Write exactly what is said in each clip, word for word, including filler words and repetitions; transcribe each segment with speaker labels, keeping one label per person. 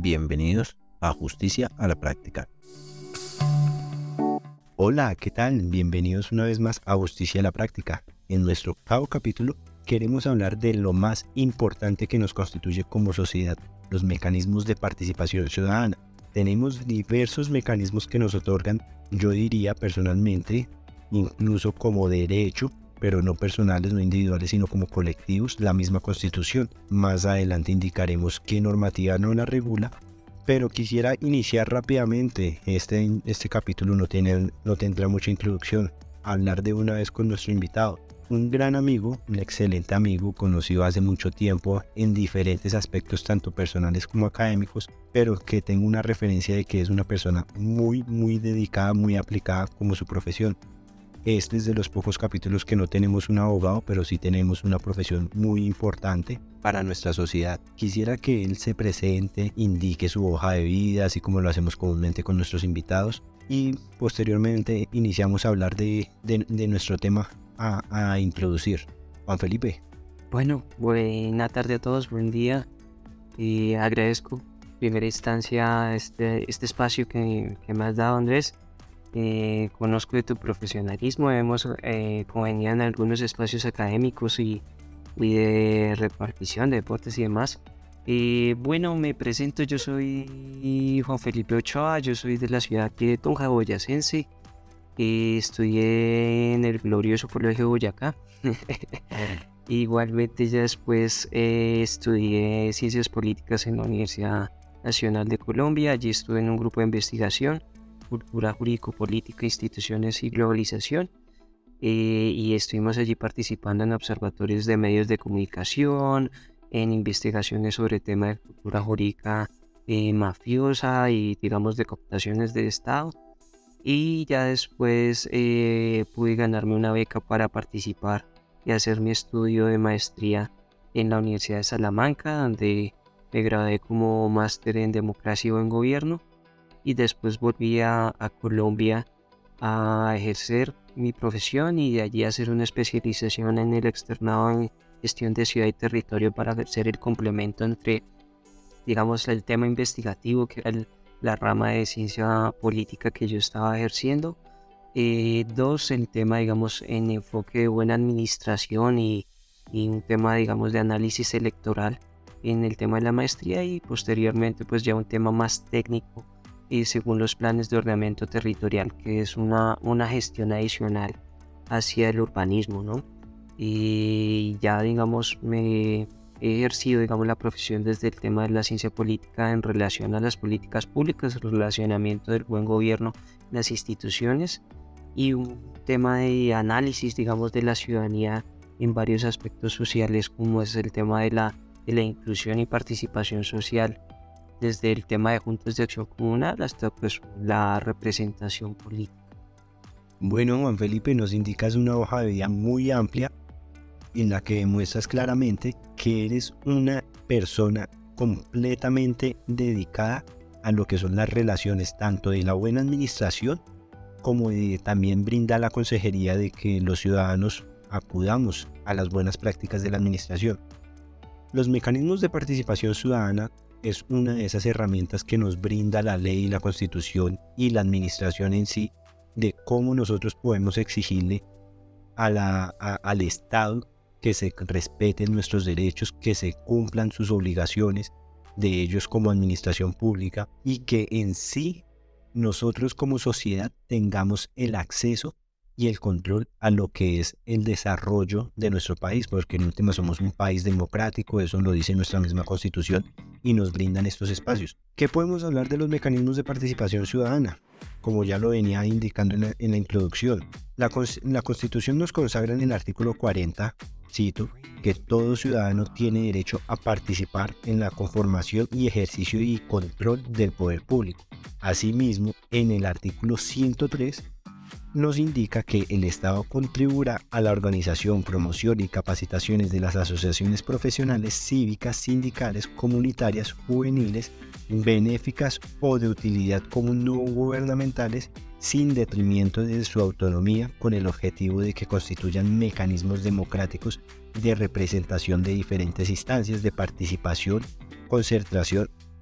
Speaker 1: Bienvenidos a Justicia a la Práctica. Hola, ¿qué tal? Bienvenidos una vez más a Justicia a la Práctica. En nuestro octavo capítulo queremos hablar de lo más importante que nos constituye como sociedad, los mecanismos de participación ciudadana. Tenemos diversos mecanismos que nos otorgan, yo diría personalmente, incluso como derecho, pero no personales, no individuales, sino como colectivos, la misma Constitución. Más adelante indicaremos qué normativa no la regula, pero quisiera iniciar rápidamente. Este, este capítulo no, tiene, no tendrá mucha introducción. Hablar de una vez con nuestro invitado, un gran amigo, un excelente amigo, conocido hace mucho tiempo en diferentes aspectos, tanto personales como académicos, pero que tengo una referencia de que es una persona muy, muy dedicada, muy aplicada como su profesión. Este es de los pocos capítulos que no tenemos un abogado, pero sí tenemos una profesión muy importante para nuestra sociedad. Quisiera que él se presente, indique su hoja de vida, así como lo hacemos comúnmente con nuestros invitados, y posteriormente iniciamos a hablar de, de, de nuestro tema a, a introducir. Juan Felipe.
Speaker 2: Bueno, buena tarde a todos, buen día, y agradezco en primera instancia este, este espacio que, que me has dado, Andrés. Eh, conozco de tu profesionalismo, hemos eh, convenido en algunos espacios académicos y, y de repartición de deportes y demás. Eh, bueno, me presento, yo soy Juan Felipe Ochoa, yo soy de la ciudad aquí de Tunja, boyacense. Eh, estudié en el glorioso Colegio Boyacá. Igualmente ya después eh, estudié Ciencias Políticas en la Universidad Nacional de Colombia. Allí estuve en un grupo de investigación, Cultura Jurídico-Política, Instituciones y Globalización, eh, y estuvimos allí participando en observatorios de medios de comunicación, en investigaciones sobre temas de cultura jurídica eh, mafiosa y digamos de cooptaciones de Estado, y ya después eh, pude ganarme una beca para participar y hacer mi estudio de maestría en la Universidad de Salamanca, donde me gradué como máster en Democracia y Buen Gobierno. Y después volví a, a Colombia a ejercer mi profesión y de allí a hacer una especialización en el externado en gestión de ciudad y territorio para hacer el complemento entre, digamos, el tema investigativo, que era el, la rama de ciencia política que yo estaba ejerciendo. Eh, dos, el tema, digamos, en enfoque de buena administración y, y un tema, digamos, de análisis electoral en el tema de la maestría, y posteriormente pues ya un tema más técnico y según los planes de ordenamiento territorial, que es una, una gestión adicional hacia el urbanismo, ¿no? Y ya, digamos, me he ejercido, digamos, la profesión desde el tema de la ciencia política en relación a las políticas públicas, el relacionamiento del buen gobierno en las instituciones, y un tema de análisis, digamos, de la ciudadanía en varios aspectos sociales, como es el tema de la, de la inclusión y participación social, desde el tema de juntas de acción comunal hasta pues la representación política.
Speaker 1: Bueno, Juan Felipe, nos indicas una hoja de vida muy amplia en la que demuestras claramente que eres una persona completamente dedicada a lo que son las relaciones tanto de la buena administración como de también brinda la consejería de que los ciudadanos acudamos a las buenas prácticas de la administración. Los mecanismos de participación ciudadana es una de esas herramientas que nos brinda la ley, la Constitución y la administración en sí, de cómo nosotros podemos exigirle a la, a, al Estado que se respeten nuestros derechos, que se cumplan sus obligaciones de ellos como administración pública, y que en sí nosotros como sociedad tengamos el acceso y el control a lo que es el desarrollo de nuestro país, porque en última somos un país democrático, eso lo dice nuestra misma Constitución, y nos brindan estos espacios. ¿Qué podemos hablar de los mecanismos de participación ciudadana? Como ya lo venía indicando en la, en la introducción, la, la Constitución nos consagra en el artículo cuarenta, cito, que todo ciudadano tiene derecho a participar en la conformación y ejercicio y control del poder público. Asimismo, en el artículo ciento tres, nos indica que el Estado contribuirá a la organización, promoción y capacitaciones de las asociaciones profesionales, cívicas, sindicales, comunitarias, juveniles, benéficas o de utilidad común no gubernamentales, sin detrimento de su autonomía, con el objetivo de que constituyan mecanismos democráticos de representación de diferentes instancias de participación, concertación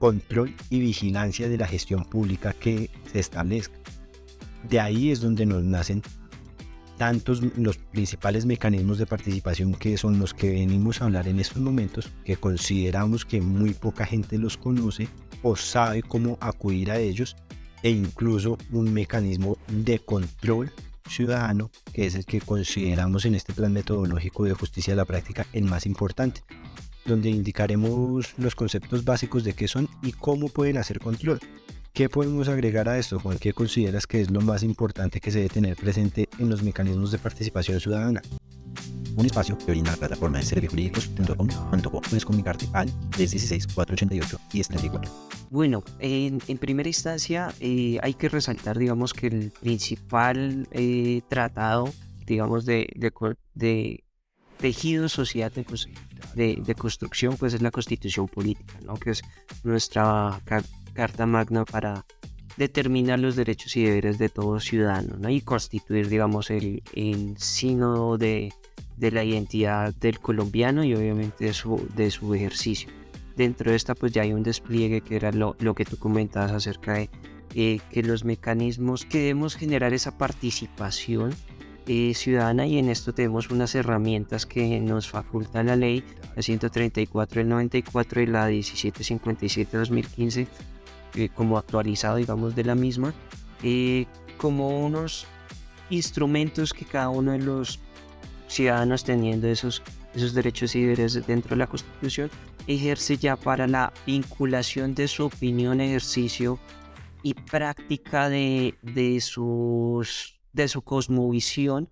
Speaker 1: control y vigilancia de la gestión pública que se establezca. De ahí es donde nos nacen tantos los principales mecanismos de participación, que son los que venimos a hablar en estos momentos, que consideramos que muy poca gente los conoce o sabe cómo acudir a ellos, e incluso un mecanismo de control ciudadano, que es el que consideramos en este plan metodológico de justicia de la práctica el más importante, donde indicaremos los conceptos básicos de qué son y cómo pueden hacer control. ¿Qué podemos agregar a esto, Juan? ¿Qué consideras que es lo más importante que se debe tener presente en los mecanismos de participación ciudadana?
Speaker 3: Un espacio que brinda la plataforma de servijurídicos punto com punto co. Puedes comunicarte al tres uno seis, cuatro ocho ocho, uno cero tres cuatro.
Speaker 2: Bueno, en, en primera instancia eh, hay que resaltar, digamos, que el principal eh, tratado, digamos, de, de, de tejido social de, de, de construcción, pues es la Constitución Política, ¿no? Que es nuestra car carta magna para determinar los derechos y deberes de todo ciudadano, ¿no? Y constituir, digamos, el, el signo de, de la identidad del colombiano y obviamente de su, de su ejercicio. Dentro de esta pues ya hay un despliegue que era lo, lo que tú comentabas acerca de eh, que los mecanismos que debemos generar esa participación eh, ciudadana, y en esto tenemos unas herramientas que nos faculta la ley, la ciento treinta y cuatro del noventa y cuatro y la diecisiete cincuenta y siete de dos mil quince, eh, como actualizado, digamos, de la misma, eh, como unos instrumentos que cada uno de los ciudadanos, teniendo esos, esos derechos y deberes dentro de la Constitución, ejerce ya para la vinculación de su opinión, ejercicio y práctica de, de, sus, de su cosmovisión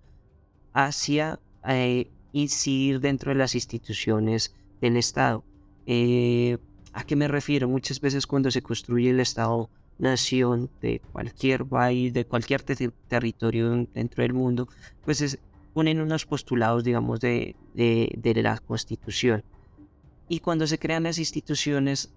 Speaker 2: hacia eh, incidir dentro de las instituciones del Estado. Eh, ¿A qué me refiero? Muchas veces cuando se construye el Estado-nación de cualquier país, de cualquier te territorio dentro del mundo, pues es, ponen unos postulados, digamos, de, de, de la Constitución. Y cuando se crean las instituciones,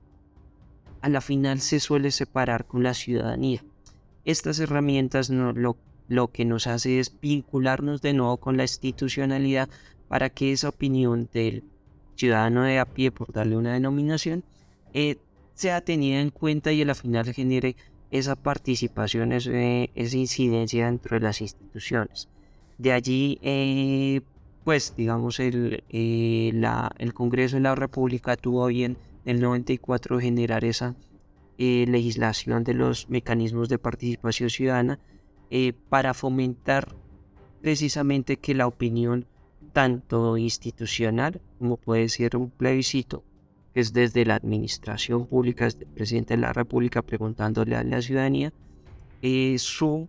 Speaker 2: a la final se suele separar con la ciudadanía. Estas herramientas no, lo, lo que nos hace es vincularnos de nuevo con la institucionalidad para que esa opinión del ciudadano de a pie, por darle una denominación, eh, sea tenida en cuenta y a la final genere esa participación, ese, esa incidencia dentro de las instituciones. De allí, eh, pues digamos, el, eh, la, el Congreso de la República tuvo bien en el noventa y cuatro generar esa eh, legislación de los mecanismos de participación ciudadana eh, para fomentar precisamente que la opinión tanto institucional como puede ser un plebiscito, que es desde la administración pública, desde el presidente de la República preguntándole a la ciudadanía eh, su...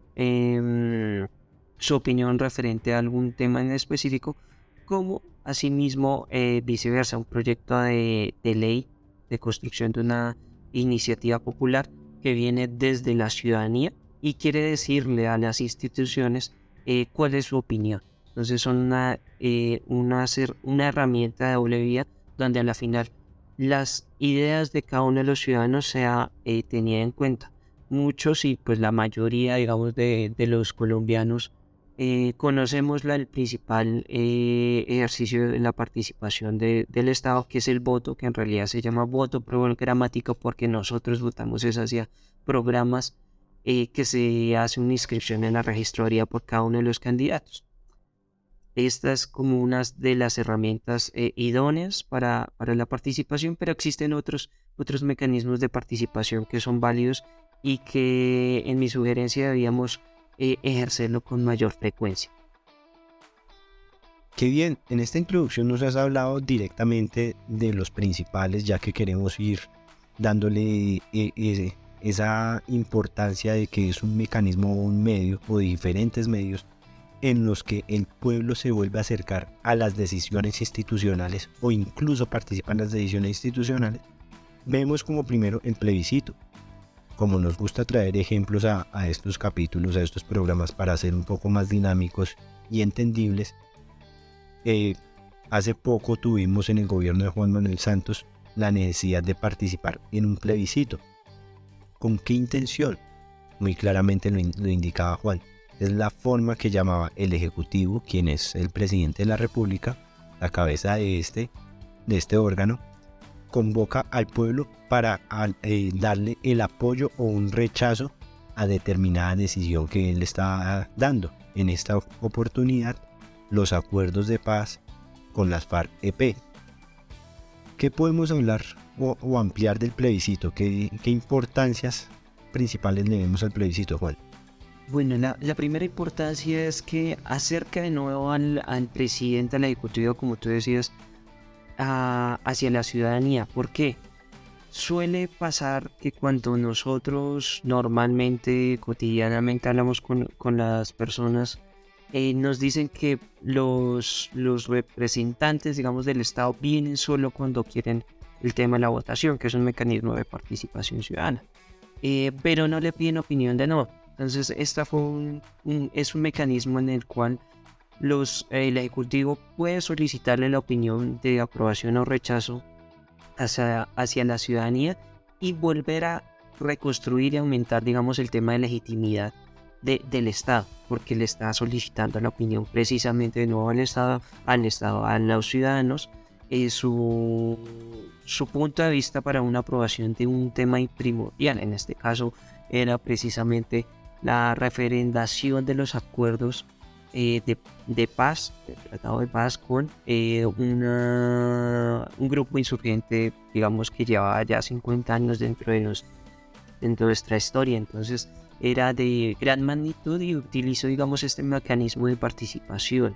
Speaker 2: Eh, su opinión referente a algún tema en específico, como asimismo eh, viceversa, un proyecto de, de ley de construcción de una iniciativa popular que viene desde la ciudadanía y quiere decirle a las instituciones eh, cuál es su opinión. Entonces son una, eh, una, una herramienta de doble vía donde a la final las ideas de cada uno de los ciudadanos sea eh, tenida en cuenta. Muchos y pues la mayoría, digamos, de, de los colombianos Eh, conocemos la, el principal eh, ejercicio de la participación de, del Estado, que es el voto, que en realidad se llama voto programático porque nosotros votamos es hacia programas eh, que se hace una inscripción en la registraduría por cada uno de los candidatos. Esta es como una de las herramientas eh, idóneas para, para la participación, pero existen otros, otros mecanismos de participación que son válidos y que en mi sugerencia debíamos Eh, ejercerlo con mayor frecuencia.
Speaker 1: Qué bien, en esta introducción nos has hablado directamente de los principales, ya que queremos ir dándole eh, eh, esa importancia de que es un mecanismo o un medio o diferentes medios en los que el pueblo se vuelve a acercar a las decisiones institucionales o incluso participa en las decisiones institucionales. Vemos como primero el plebiscito. Como nos gusta traer ejemplos a, a estos capítulos, a estos programas para ser un poco más dinámicos y entendibles, eh, hace poco tuvimos en el gobierno de Juan Manuel Santos la necesidad de participar en un plebiscito. ¿Con qué intención? Muy claramente lo, lo indicaba Juan. Es la forma que llamaba el Ejecutivo, quien es el presidente de la República, la cabeza de este, de este órgano, convoca al pueblo para al, eh, darle el apoyo o un rechazo a determinada decisión que él está dando. En esta oportunidad, los acuerdos de paz con las FARC-E P. ¿Qué podemos hablar o, o ampliar del plebiscito? ¿Qué, qué importancias principales le vemos al plebiscito, Juan?
Speaker 2: Bueno, la, la primera importancia es que acerca de nuevo al, al presidente, al ejecutivo, como tú decías, a, hacia la ciudadanía. ¿Por qué? Suele pasar que cuando nosotros normalmente, cotidianamente hablamos con, con las personas, eh, nos dicen que los, los representantes, digamos, del Estado vienen solo cuando quieren el tema de la votación, que es un mecanismo de participación ciudadana, eh, pero no le piden opinión de no. Entonces, esta fue un, un, es un mecanismo en el cual los, eh, el Ejecutivo puede solicitarle la opinión de aprobación o rechazo hacia, hacia la ciudadanía y volver a reconstruir y aumentar, digamos, el tema de legitimidad de, del Estado, porque le está solicitando la opinión precisamente de nuevo al Estado, al Estado, a los ciudadanos, eh, su, su punto de vista para una aprobación de un tema primordial. En este caso era precisamente la referendación de los acuerdos eh, de, de paz, del tratado de paz con eh, una, un grupo insurgente, digamos, que llevaba ya cincuenta años dentro de, los, dentro de nuestra historia. Entonces era de gran magnitud y utilizó, digamos, este mecanismo de participación.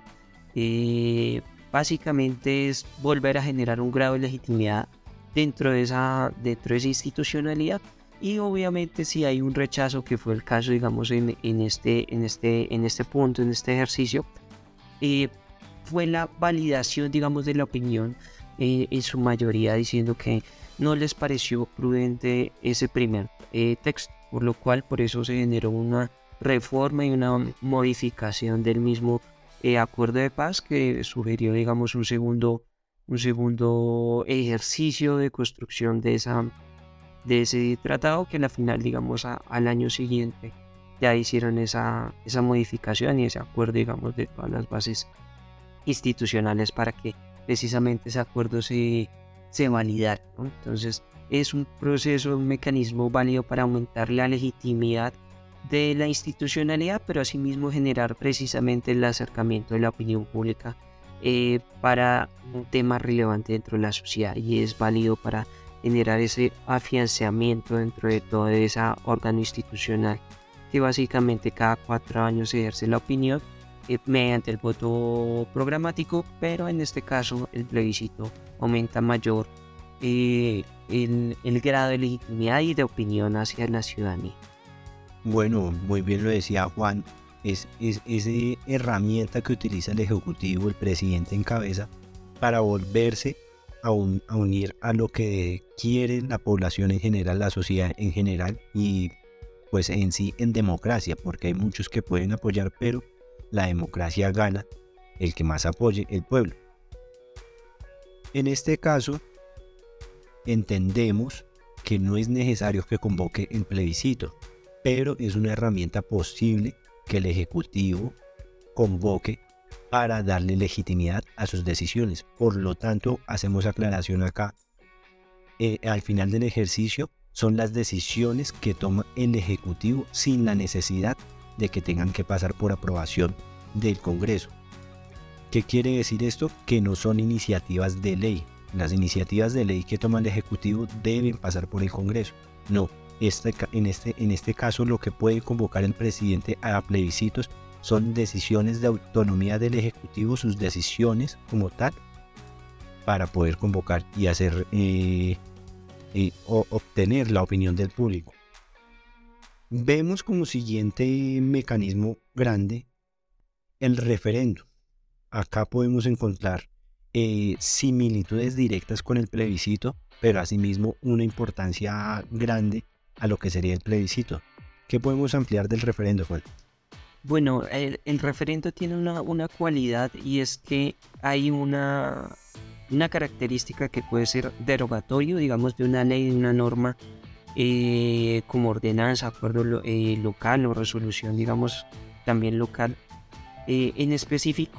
Speaker 2: Eh, básicamente es volver a generar un grado de legitimidad dentro de esa, dentro de esa institucionalidad. Y obviamente si hay un rechazo, que fue el caso, digamos, en, en, este, en, este, en este punto, en este ejercicio, eh, fue la validación, digamos, de la opinión eh, en su mayoría, diciendo que no les pareció prudente ese primer eh, texto, por lo cual por eso se generó una reforma y una modificación del mismo eh, acuerdo de paz, que sugirió, digamos, un segundo, un segundo ejercicio de construcción de esa de ese tratado, que al final, digamos, a, al año siguiente ya hicieron esa, esa modificación y ese acuerdo, digamos, de todas las bases institucionales para que precisamente ese acuerdo se, se validara, ¿no? Entonces es un proceso, un mecanismo válido para aumentar la legitimidad de la institucionalidad, pero asimismo generar precisamente el acercamiento de la opinión pública eh, para un tema relevante dentro de la sociedad, y es válido para generar ese afianzamiento dentro de todo ese órgano institucional que básicamente cada cuatro años ejerce la opinión eh, mediante el voto programático, pero en este caso el plebiscito aumenta mayor eh, el, el grado de legitimidad y de opinión hacia la ciudadanía.
Speaker 1: Bueno, muy bien lo decía Juan, es, es esa herramienta que utiliza el Ejecutivo, el presidente en cabeza, para volverse A, un, a unir a lo que quiere la población en general, la sociedad en general, y pues en sí en democracia, porque hay muchos que pueden apoyar, pero la democracia gana el que más apoye, el pueblo. En este caso entendemos que no es necesario que convoque el plebiscito, pero es una herramienta posible que el Ejecutivo convoque para darle legitimidad a sus decisiones. Por lo tanto, hacemos aclaración acá. Eh, al final del ejercicio son las decisiones que toma el Ejecutivo sin la necesidad de que tengan que pasar por aprobación del Congreso. ¿Qué quiere decir esto? Que no son iniciativas de ley. Las iniciativas de ley que toma el Ejecutivo deben pasar por el Congreso. No, este, en, este, en este caso lo que puede convocar el presidente a plebiscitos son decisiones de autonomía del Ejecutivo, sus decisiones como tal, para poder convocar y hacer eh, eh, o obtener la opinión del público. Vemos como siguiente mecanismo grande el referendo. Acá podemos encontrar eh, similitudes directas con el plebiscito, pero asimismo una importancia grande a lo que sería el plebiscito. ¿Qué podemos ampliar del referendo, Juan?
Speaker 2: Bueno, el, el referendo tiene una, una cualidad, y es que hay una, una característica que puede ser derogatorio, digamos, de una ley, de una norma, eh, como ordenanza, acuerdo lo, eh, local o resolución, digamos, también local, eh, en específico.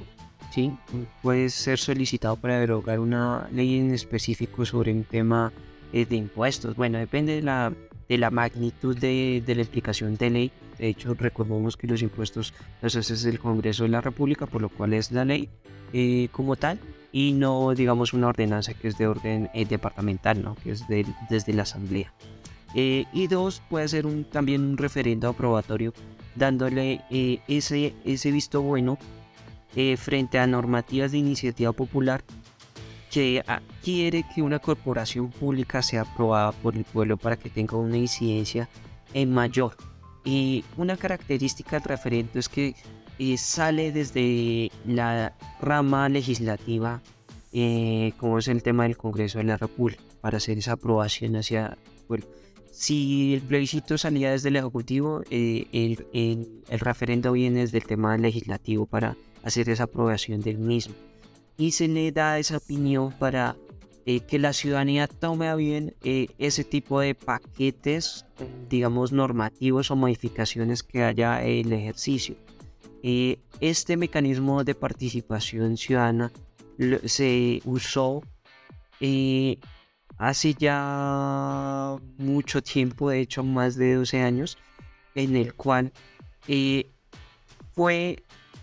Speaker 2: Sí, puede ser solicitado para derogar una ley en específico sobre un tema eh, de impuestos. Bueno, depende de la, de la magnitud de, de la explicación de ley. De hecho, recordemos que los impuestos los hace el Congreso de la República, por lo cual es la ley eh, como tal, y no, digamos, una ordenanza que es de orden eh, departamental, ¿no? Que es de, desde la Asamblea. Eh, y dos, puede ser un, también un referendo aprobatorio, dándole eh, ese, ese visto bueno eh, frente a normativas de iniciativa popular que ah, quiere que una corporación pública sea aprobada por el pueblo para que tenga una incidencia en mayor. Y una característica del referendo es que eh, sale desde la rama legislativa, eh, como es el tema del Congreso de la República, para hacer esa aprobación hacia el pueblo. Si el plebiscito salía desde el Ejecutivo, eh, el, el, el referendo viene desde el tema legislativo para hacer esa aprobación del mismo. Y se le da esa opinión para eh, que la ciudadanía tome a bien eh, ese tipo de paquetes, digamos, normativos o modificaciones que haya en el ejercicio. Eh, este mecanismo de participación ciudadana lo, se usó eh, hace ya mucho tiempo, de hecho más de doce años, en el cual eh, fue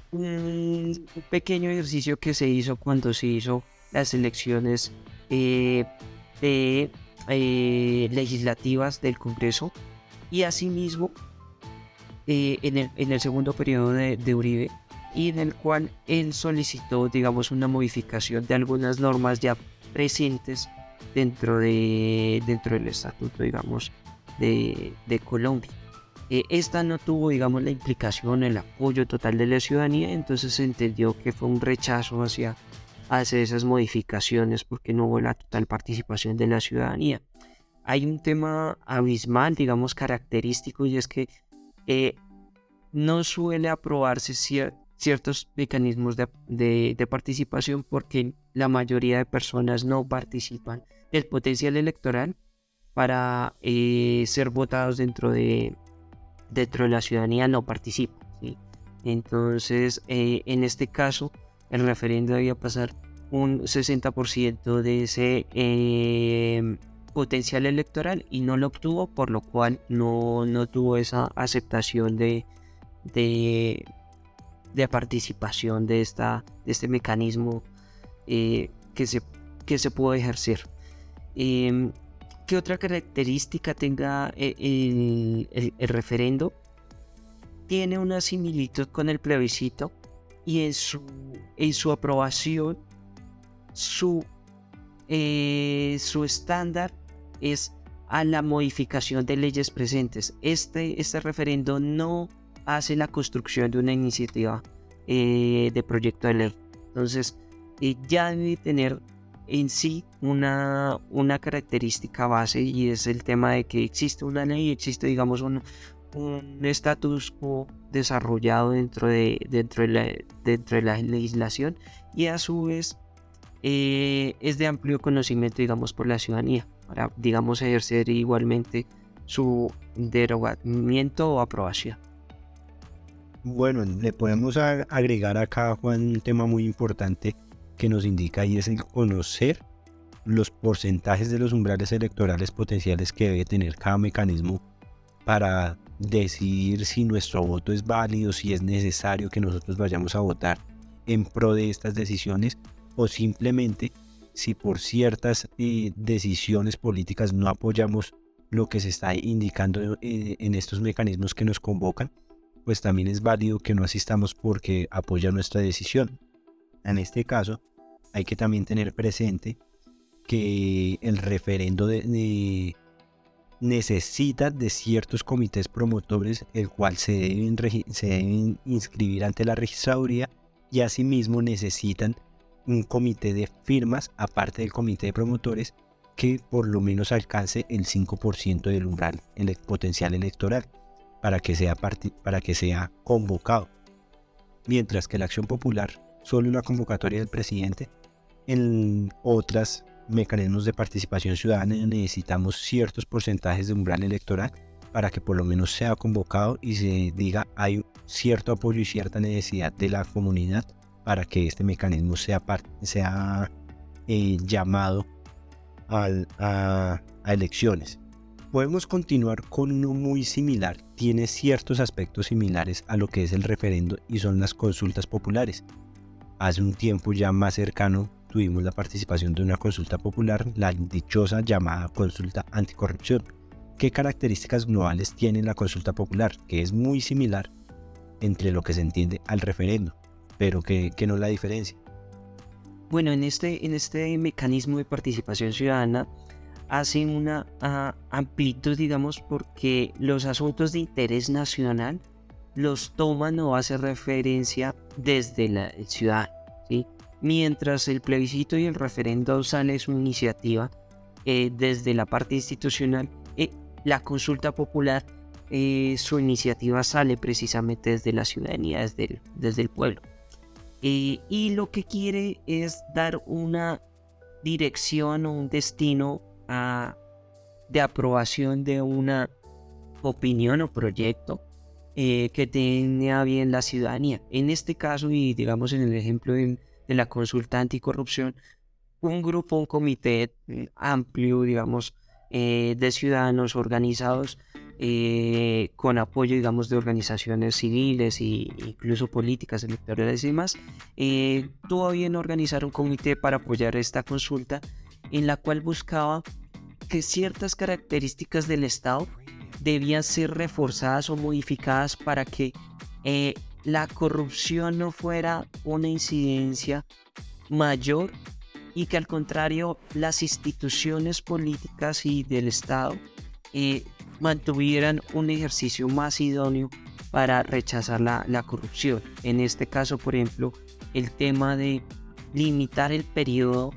Speaker 2: un pequeño ejercicio que se hizo cuando se hizo las elecciones eh, de, eh, legislativas del Congreso, y asimismo eh, en, el, en el segundo periodo de, de Uribe, y en el cual él solicitó, digamos, una modificación de algunas normas ya presentes dentro de dentro del estatuto, digamos, de, de Colombia. Eh, esta no tuvo, digamos, la implicación, el apoyo total de la ciudadanía, entonces se entendió que fue un rechazo hacia, hacia esas modificaciones porque no hubo la total participación de la ciudadanía. Hay un tema abismal, digamos, característico, y es que eh, no suele aprobarse cier- ciertos mecanismos de, de, de participación porque la mayoría de personas no participan del potencial electoral para eh, ser votados dentro de dentro de la ciudadanía, no participan, ¿sí? Entonces eh, en este caso el referendo debía pasar un sesenta por ciento de ese eh, potencial electoral, y no lo obtuvo, por lo cual no, no tuvo esa aceptación de, de, de participación de, esta, de este mecanismo eh, que, se, que se pudo ejercer. Eh, ¿Qué otra característica tenga el, el, el referendo? Tiene una similitud con el plebiscito, y en su, en su aprobación su, eh, su estándar es a la modificación de leyes presentes. Este, este referendo no hace la construcción de una iniciativa eh, de proyecto de ley. Entonces eh, ya debe tener en sí una, una característica base, y es el tema de que existe una ley, existe, digamos, un, un status quo desarrollado dentro de, dentro de, la, dentro de la legislación, y a su vez eh, es de amplio conocimiento, digamos, por la ciudadanía, para, digamos, ejercer igualmente su derogamiento o aprobación.
Speaker 1: Bueno, le podemos agregar acá, Juan, un tema muy importante que nos indica, y es el conocer los porcentajes de los umbrales electorales potenciales que debe tener cada mecanismo para decidir si nuestro voto es válido, si es necesario que nosotros vayamos a votar en pro de estas decisiones, o simplemente si por ciertas eh, decisiones políticas no apoyamos lo que se está indicando eh, en estos mecanismos que nos convocan, pues también es válido que no asistamos porque apoya nuestra decisión. En este caso, hay que también tener presente que el referendo de, de, necesita de ciertos comités promotores, el cual se deben, se deben inscribir ante la registraduría, y asimismo necesitan un comité de firmas, aparte del comité de promotores, que por lo menos alcance el cinco por ciento del umbral en el potencial electoral para que sea, para que sea convocado. Mientras que la acción popular, solo una convocatoria del presidente. En otros mecanismos de participación ciudadana necesitamos ciertos porcentajes de umbral electoral para que por lo menos sea convocado y se diga hay cierto apoyo y cierta necesidad de la comunidad para que este mecanismo sea, sea eh, llamado al, a, a elecciones. Podemos continuar con uno muy similar, tiene ciertos aspectos similares a lo que es el referendo y son las consultas populares. Hace un tiempo ya más cercano tuvimos la participación de una consulta popular, la dichosa llamada consulta anticorrupción. ¿Qué características globales tiene la consulta popular? Que es muy similar entre lo que se entiende al referendo, pero que, que no la diferencia.
Speaker 2: Bueno, en este, en este mecanismo de participación ciudadana hacen una uh, amplitud, digamos, porque los asuntos de interés nacional los toman o hacen referencia desde la, el ciudadano, ¿sí? Mientras el plebiscito y el referendo sale su iniciativa eh, desde la parte institucional, eh, la consulta popular, eh, su iniciativa sale precisamente desde la ciudadanía, desde el, desde el pueblo. Eh, y lo que quiere es dar una dirección o un destino a, de aprobación de una opinión o proyecto eh, que tenga bien la ciudadanía. En este caso, y digamos en el ejemplo de, de la consulta anticorrupción, un grupo, un comité amplio, digamos, eh, de ciudadanos organizados eh, con apoyo, digamos, de organizaciones civiles e incluso políticas, electorales y demás, eh, tuvo bien organizar un comité para apoyar esta consulta en la cual buscaba que ciertas características del Estado debían ser reforzadas o modificadas para que eh, la corrupción no fuera una incidencia mayor y que al contrario las instituciones políticas y del Estado eh, mantuvieran un ejercicio más idóneo para rechazar la, la corrupción. En este caso, por ejemplo, el tema de limitar el periodo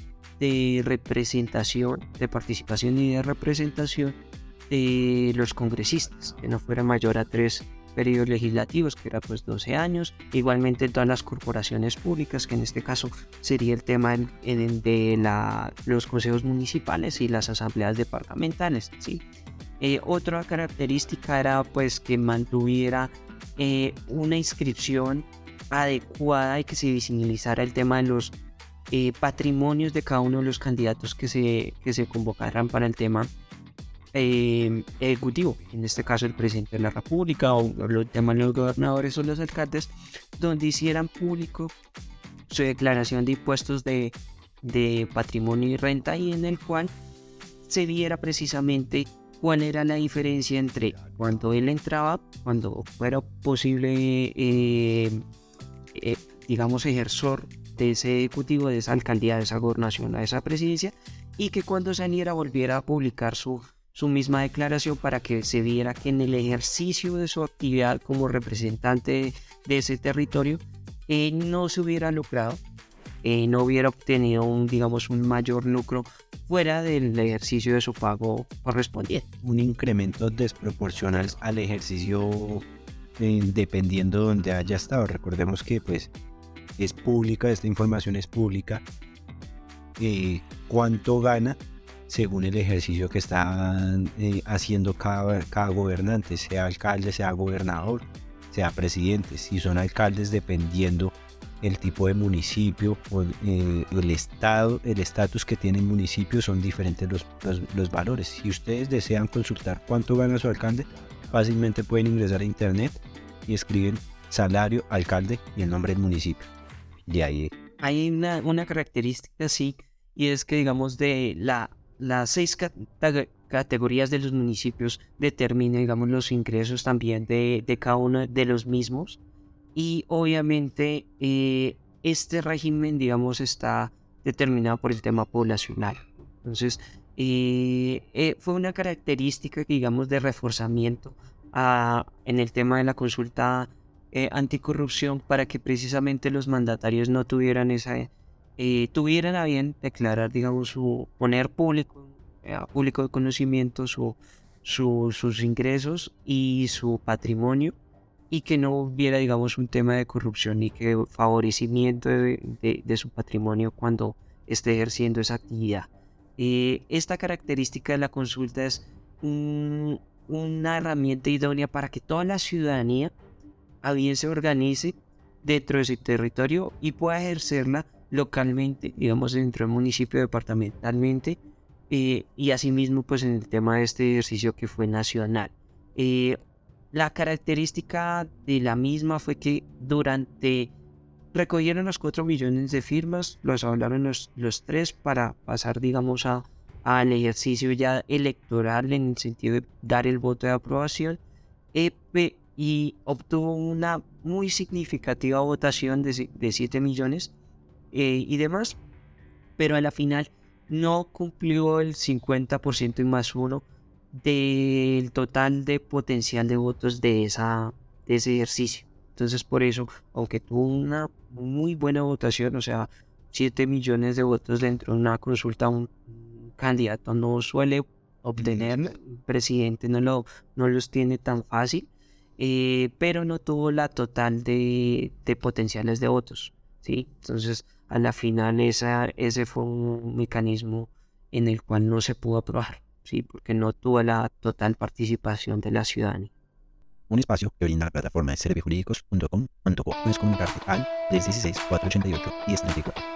Speaker 2: de representación, de participación y de representación de los congresistas, que no fuera mayor a tres periodos legislativos, que era pues doce años, igualmente en todas las corporaciones públicas, que en este caso sería el tema de, de la, los consejos municipales y las asambleas departamentales, ¿sí? Eh, otra característica era pues que mantuviera eh, una inscripción adecuada y que se visibilizara el tema de los eh, patrimonios de cada uno de los candidatos que se, que se convocaran para el tema Eh, ejecutivo, en este caso el presidente de la República o los temas de los gobernadores o los alcaldes, donde hicieran público su declaración de impuestos de, de patrimonio y renta y en el cual se viera precisamente cuál era la diferencia entre cuando él entraba, cuando fuera posible eh, eh, digamos ejercer de ese ejecutivo, de esa alcaldía, de esa gobernación, de esa presidencia, y que cuando saliera volviera a publicar su su misma declaración para que se viera que en el ejercicio de su actividad como representante de ese territorio eh, no se hubiera lucrado, eh, no hubiera obtenido un, digamos, un mayor lucro fuera del ejercicio de su pago correspondiente.
Speaker 1: Un incremento desproporcional al ejercicio eh, dependiendo de donde haya estado. Recordemos que pues es pública, esta información es pública. Eh, ¿Cuánto gana? Según el ejercicio que está eh, haciendo cada, cada gobernante, sea alcalde, sea gobernador, sea presidente. Si son alcaldes, dependiendo el tipo de municipio o eh, el estado, el estatus que tiene el municipio, son diferentes los, los, los valores. Si ustedes desean consultar cuánto gana su alcalde, fácilmente pueden ingresar a internet y escriben salario alcalde y el nombre del municipio. Y ahí
Speaker 2: hay una, una característica sí, y es que digamos de la las seis cat- categorías de los municipios determinan, digamos, los ingresos también de, de cada uno de los mismos y obviamente eh, este régimen, digamos, está determinado por el tema poblacional. Entonces eh, eh, fue una característica, digamos, de reforzamiento a, en el tema de la consulta eh, anticorrupción para que precisamente los mandatarios no tuvieran esa Eh, tuvieran a bien declarar, digamos, su poner público, eh, público de conocimiento su, su, sus ingresos y su patrimonio y que no hubiera, digamos, un tema de corrupción ni que favorecimiento de, de, de su patrimonio cuando esté ejerciendo esa actividad. Eh, esta característica de la consulta es un, una herramienta idónea para que toda la ciudadanía a bien se organice dentro de su territorio y pueda ejercerla localmente, digamos dentro del municipio, departamentalmente, eh, y asimismo pues en el tema de este ejercicio que fue nacional. Eh, la característica de la misma fue que durante recogieron los cuatro millones de firmas, los hablaron los, los tres para pasar, digamos, a, al ejercicio ya electoral en el sentido de dar el voto de aprobación, eh, y obtuvo una muy significativa votación de, de siete millones eh, y demás, pero a la final no cumplió el cincuenta por ciento y más uno del total de potencial de votos de, esa, de ese ejercicio. Entonces por eso, aunque tuvo una muy buena votación, o sea, siete millones de votos dentro de una consulta, un candidato no suele obtener, el presidente no, lo, no los tiene tan fácil, eh, pero no tuvo la total de, de potenciales de votos, ¿sí? Entonces a la final esa, ese fue un mecanismo en el cual no se pudo aprobar, ¿sí? Porque no tuvo la total participación de la ciudadanía.
Speaker 3: Un espacio que brinda la plataforma de servi jurídicos punto com punto co. Puedes comunicarte al tres uno seis, cuatro ocho ocho, uno cero tres cuatro.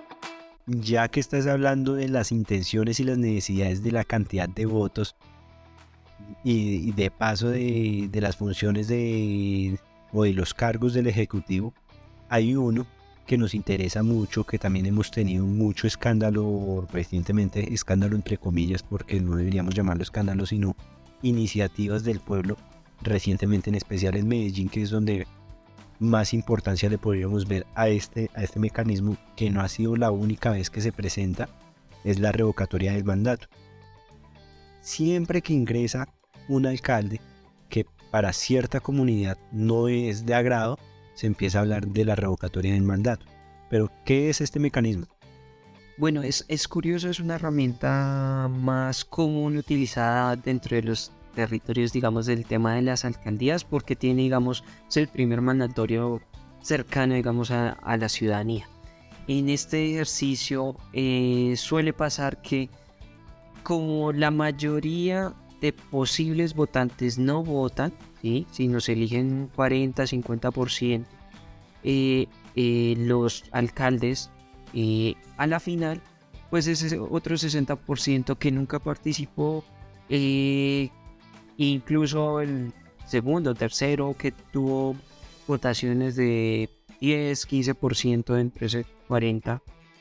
Speaker 1: Ya que estás hablando de las intenciones y las necesidades de la cantidad de votos y, y de paso de, de las funciones de, o de los cargos del Ejecutivo, hay uno que nos interesa mucho, que también hemos tenido mucho escándalo recientemente, escándalo entre comillas, porque no deberíamos llamarlo escándalo, sino iniciativas del pueblo, recientemente en especial en Medellín, que es donde más importancia le podríamos ver a este, a este mecanismo, que no ha sido la única vez que se presenta, es la revocatoria del mandato. Siempre que ingresa un alcalde que para cierta comunidad no es de agrado, se empieza a hablar de la revocatoria del mandato. Pero, ¿qué es este mecanismo?
Speaker 2: Bueno, es, es curioso, es una herramienta más común utilizada dentro de los territorios, digamos, del tema de las alcaldías, porque tiene, digamos, es el primer mandatorio cercano, digamos, a, a la ciudadanía. En este ejercicio eh, suele pasar que como la mayoría de posibles votantes no votan, ¿sí? Si nos eligen cuarenta, cincuenta por ciento, eh, eh, los alcaldes, eh, a la final, pues ese otro sesenta por ciento que nunca participó, eh, incluso el segundo, tercero, que tuvo votaciones de diez, quince por ciento entre ese cuarenta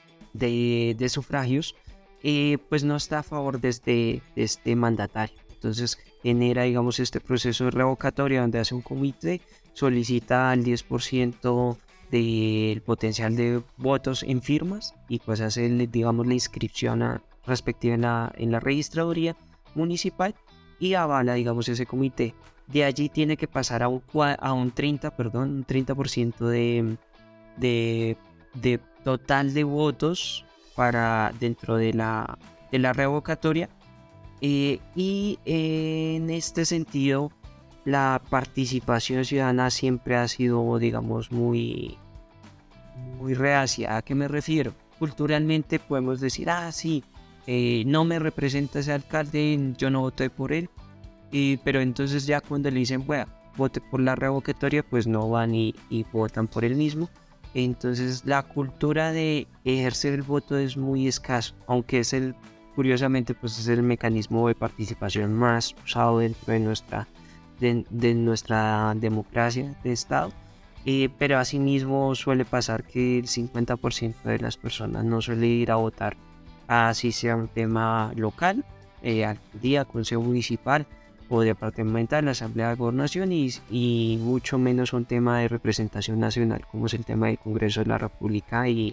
Speaker 2: de, de sufragios, eh, pues no está a favor de este, de este mandatario. Entonces genera, digamos, este proceso de revocatoria donde hace un comité, solicita al diez por ciento del potencial de votos en firmas y pues hace, digamos, la inscripción a, respectiva en la, en la registraduría municipal y avala, digamos, ese comité. De allí tiene que pasar a un, a un treinta, perdón, un treinta por ciento de, de, de total de votos para dentro de la, de la revocatoria. Eh, y eh, en este sentido, la participación ciudadana siempre ha sido, digamos, muy, muy reacia. ¿A qué me refiero? Culturalmente podemos decir, ah, sí, eh, no me representa ese alcalde, yo no voté por él. Y, pero entonces ya cuando le dicen, bueno, vote por la revocatoria, pues no van y, y votan por él mismo. Entonces la cultura de ejercer el voto es muy escaso, aunque es el, curiosamente, pues es el mecanismo de participación más usado dentro de nuestra, de, de nuestra democracia de Estado. Eh, pero asimismo suele pasar que el cincuenta por ciento de las personas no suele ir a votar, así sea un tema local, eh, alcaldía, consejo municipal o departamental, la asamblea de gobernación, y, y mucho menos un tema de representación nacional como es el tema del Congreso de la República y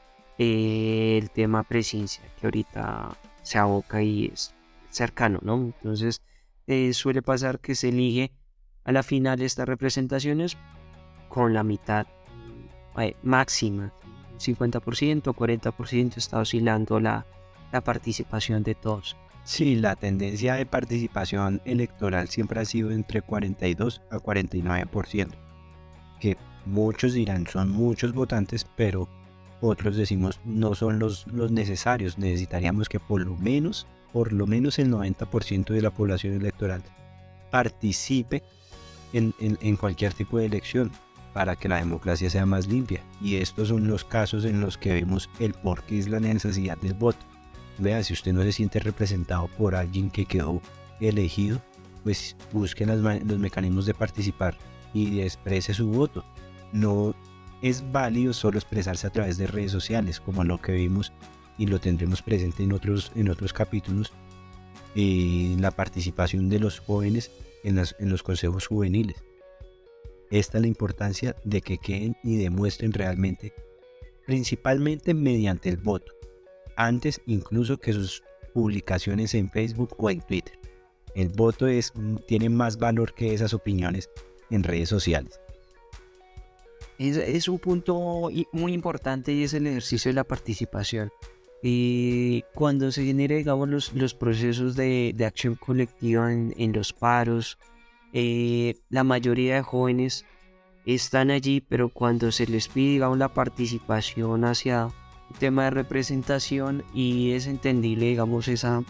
Speaker 2: eh, el tema presidencial que ahorita se aboca y es cercano, ¿no? Entonces eh, suele pasar que se elige a la final estas representaciones con la mitad eh, máxima, cincuenta por ciento, cuarenta por ciento está oscilando la, la participación de todos.
Speaker 1: Sí, la tendencia de participación electoral siempre ha sido entre cuarenta y dos a cuarenta y nueve por ciento, que muchos dirán son muchos votantes, pero otros decimos no son los, los necesarios. Necesitaríamos que por lo menos, por lo menos el noventa por ciento de la población electoral participe en, en, en cualquier tipo de elección. para que la democracia sea más limpia. Y estos son los casos en los que vemos el por qué es la necesidad del voto. Vea, si usted no se siente representado por alguien que quedó elegido, pues busque las, los mecanismos de participar y exprese su voto. No es válido solo expresarse a través de redes sociales, como lo que vimos y lo tendremos presente en otros, en otros capítulos, eh, la participación de los jóvenes en, las, en los consejos juveniles. Esta es la importancia de que queden y demuestren realmente, principalmente mediante el voto, antes incluso que sus publicaciones en Facebook o en Twitter. El voto es, tiene más valor que esas opiniones en redes sociales.
Speaker 2: Es, es un punto muy importante y es el ejercicio de la participación. Y cuando se genera, digamos, los, los procesos de, de acción colectiva en, en los paros, eh, la mayoría de jóvenes están allí, pero cuando se les pide, digamos, la participación hacia un tema de representación, y es entendible, digamos, esa,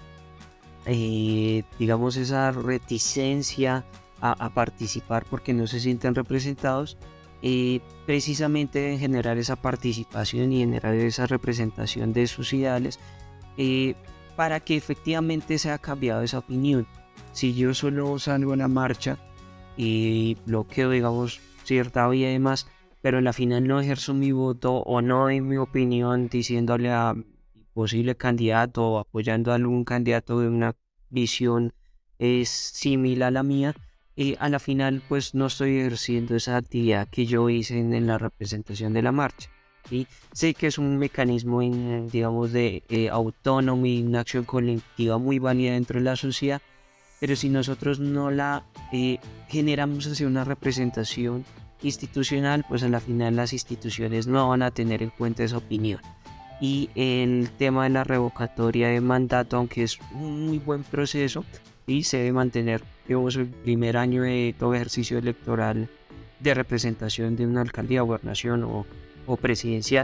Speaker 2: eh, digamos, esa reticencia a, a participar porque no se sienten representados, eh, precisamente deben generar esa participación y generar esa representación de sus ideales, eh, para que efectivamente sea cambiado esa opinión. Si yo solo salgo a la marcha y bloqueo, digamos, cierta vía y demás, pero en la final no ejerzo mi voto o no doy mi opinión diciéndole a posible candidato o apoyando a algún candidato de una visión es similar a la mía, eh, a la final pues no estoy ejerciendo esa actividad que yo hice en, en la representación de la marcha. ¿Sí? Sé que es un mecanismo en, digamos, de eh, autónomo y una acción colectiva muy válida dentro de la sociedad, pero si nosotros no la eh, generamos hacia una representación institucional, pues a la final las instituciones no van a tener en cuenta esa opinión. Y el tema de la revocatoria de mandato, aunque es un muy buen proceso y se debe mantener, digamos, el primer año de todo ejercicio electoral de representación de una alcaldía, gobernación o, o presidencial,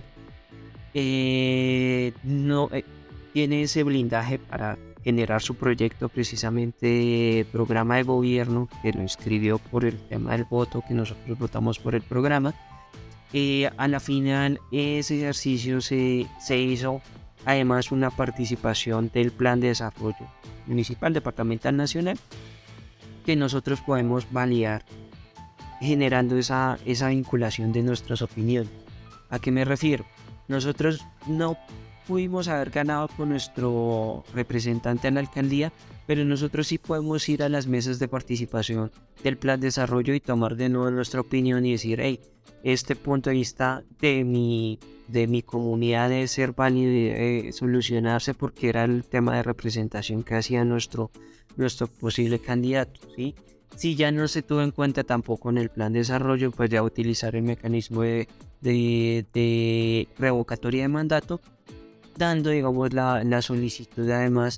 Speaker 2: eh, no eh, tiene ese blindaje para generar su proyecto, precisamente programa de gobierno, que lo inscribió por el tema del voto, que nosotros votamos por el programa. Eh, a la final ese ejercicio se, se hizo además una participación del plan de desarrollo municipal, departamental, nacional, que nosotros podemos validar generando esa, esa vinculación de nuestras opiniones. ¿A qué me refiero? Nosotros no pudimos haber ganado con nuestro representante en la alcaldía, pero nosotros sí podemos ir a las mesas de participación del plan de desarrollo y tomar de nuevo nuestra opinión y decir, hey, este punto de vista de mi, de mi comunidad debe ser válido y debe solucionarse porque era el tema de representación que hacía nuestro, nuestro posible candidato, ¿sí? Si ya no se tuvo en cuenta tampoco en el plan de desarrollo, pues ya utilizar el mecanismo de, de, de revocatoria de mandato, dando, digamos, la, la solicitud además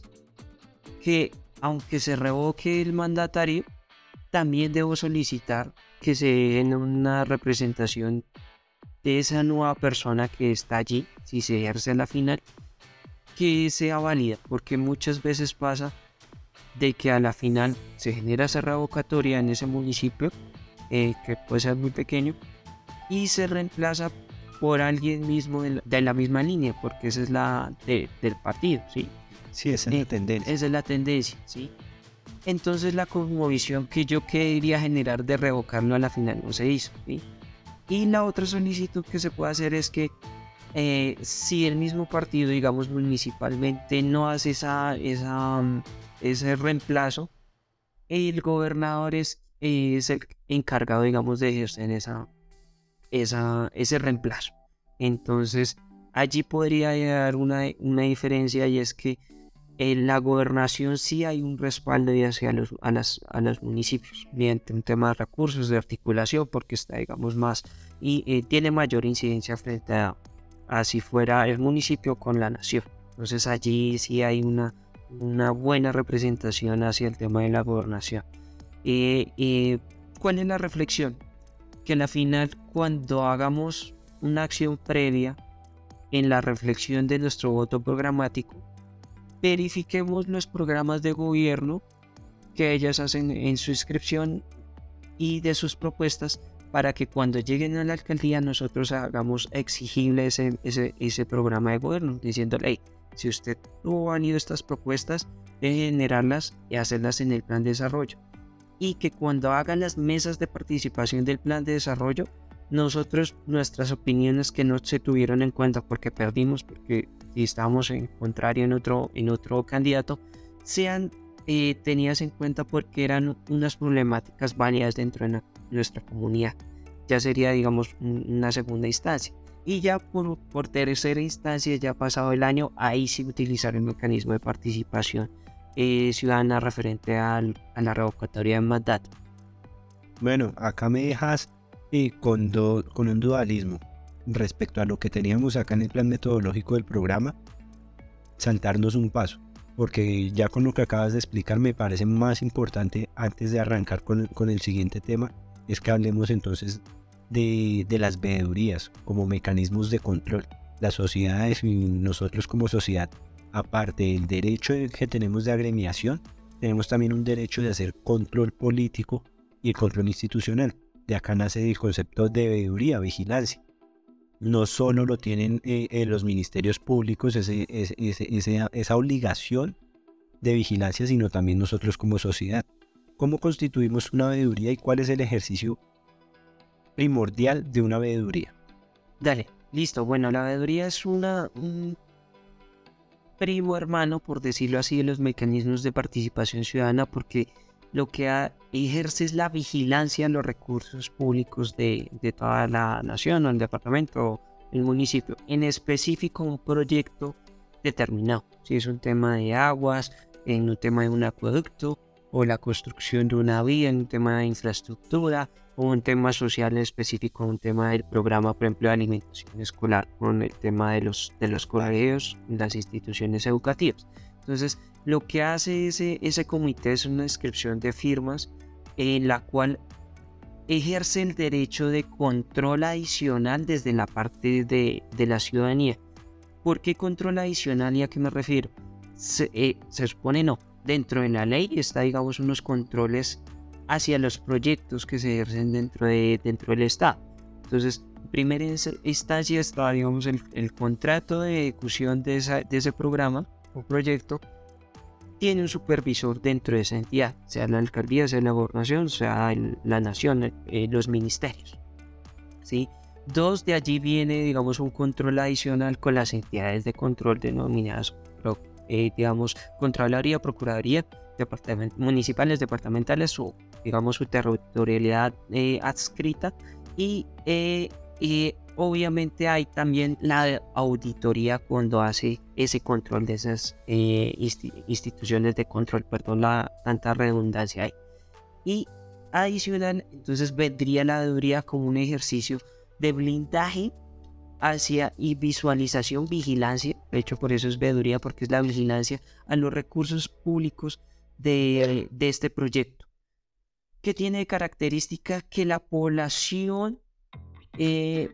Speaker 2: que aunque se revoque el mandatario, también debo solicitar que se den una representación de esa nueva persona que está allí, si se ejerce en la final, que sea válida, porque muchas veces pasa de que a la final se genera esa revocatoria en ese municipio, eh, que puede ser muy pequeño, y se reemplaza por alguien mismo de la, de la misma línea, porque esa es la de, del partido, ¿sí?
Speaker 1: Sí, esa es la tendencia.
Speaker 2: Esa es la tendencia, ¿sí? Entonces la cosmovisión que yo quería generar de revocarlo a la final no se hizo, ¿sí? Y la otra solicitud que se puede hacer es que eh, si el mismo partido, digamos, municipalmente no hace esa, esa, ese reemplazo, el gobernador es, es el encargado, digamos, de ejercer esa, esa, ese reemplazo. Entonces allí podría haber una, una diferencia, y es que en la gobernación sí hay un respaldo hacia los, a, las, a los municipios mediante un tema de recursos, de articulación, porque está, digamos, más y eh, tiene mayor incidencia frente a, a si fuera el municipio con la nación. Entonces allí sí hay una, una buena representación hacia el tema de la gobernación. Eh, eh, ¿Cuál es la reflexión? Que al final, cuando hagamos una acción previa en la reflexión de nuestro voto programático, verifiquemos los programas de gobierno que ellas hacen en su inscripción y de sus propuestas, para que cuando lleguen a la alcaldía nosotros hagamos exigible ese, ese, ese programa de gobierno, diciéndole, hey, si usted no ha venido estas propuestas, de generarlas y hacerlas en el plan de desarrollo. Y que cuando hagan las mesas de participación del plan de desarrollo, nosotros, nuestras opiniones que no se tuvieron en cuenta porque perdimos, porque estábamos en contrario en otro, en otro candidato, sean eh, tenidas en cuenta porque eran unas problemáticas válidas dentro de na- nuestra comunidad. Ya sería, digamos, una segunda instancia. Y ya por, por tercera instancia, ya pasado el año, ahí sí utilizar el mecanismo de participación eh, ciudadana referente al, a la revocatoria de mandato.
Speaker 1: Bueno, acá me dejas eh, con, do, con un dualismo respecto a lo que teníamos acá en el plan metodológico del programa, saltarnos un paso, porque ya con lo que acabas de explicar me parece más importante antes de arrancar con, con el siguiente tema, es que hablemos entonces de, de las veedurías como mecanismos de control. Las sociedades y nosotros como sociedad, aparte del derecho que tenemos de agremiación, tenemos también un derecho de hacer control político y el control institucional. De acá nace el concepto de veeduría, vigilancia. No solo lo tienen eh, eh, los ministerios públicos, ese, ese, ese, esa, esa obligación de vigilancia, sino también nosotros como sociedad. ¿Cómo constituimos una veeduría y cuál es el ejercicio primordial de una veeduría?
Speaker 2: Dale, listo. Bueno, la veeduría es una, un primo hermano, por decirlo así, de los mecanismos de participación ciudadana, porque lo que ha, ejerce es la vigilancia en los recursos públicos de, de toda la nación, o el departamento, o el municipio, en específico un proyecto determinado. Si es un tema de aguas, en un tema de un acueducto, o la construcción de una vía, en un tema de infraestructura, o un tema social específico, un tema del programa, por ejemplo, de alimentación escolar, con el tema de los, de los colegios, las instituciones educativas. Entonces, lo que hace ese, ese comité es una inscripción de firmas en la cual ejerce el derecho de control adicional desde la parte de, de la ciudadanía. ¿Por qué control adicional y a qué me refiero? Se, eh, se supone no. Dentro de la ley está, digamos, unos controles hacia los proyectos que se ejercen dentro, de, dentro del Estado. Entonces, en primera instancia está, digamos, el, el contrato de ejecución de, esa, de ese programa o proyecto. Tiene un supervisor dentro de esa entidad, sea la alcaldía, sea la gobernación, sea el, la nación, eh, los ministerios, ¿sí? Dos, de allí viene, digamos, un control adicional con las entidades de control denominadas, eh, digamos, Contraloría, Procuraduría, departament municipales, departamentales o, digamos, su territorialidad eh, adscrita. Y, eh, y obviamente hay también la auditoría cuando hace ese control de esas eh, insti instituciones de control, perdón la tanta redundancia hay. Y adicional, entonces vendría la veeduría como un ejercicio de blindaje hacia y visualización, vigilancia, de hecho por eso es veeduría, porque es la vigilancia a los recursos públicos de, de este proyecto, que tiene de característica que la población eh,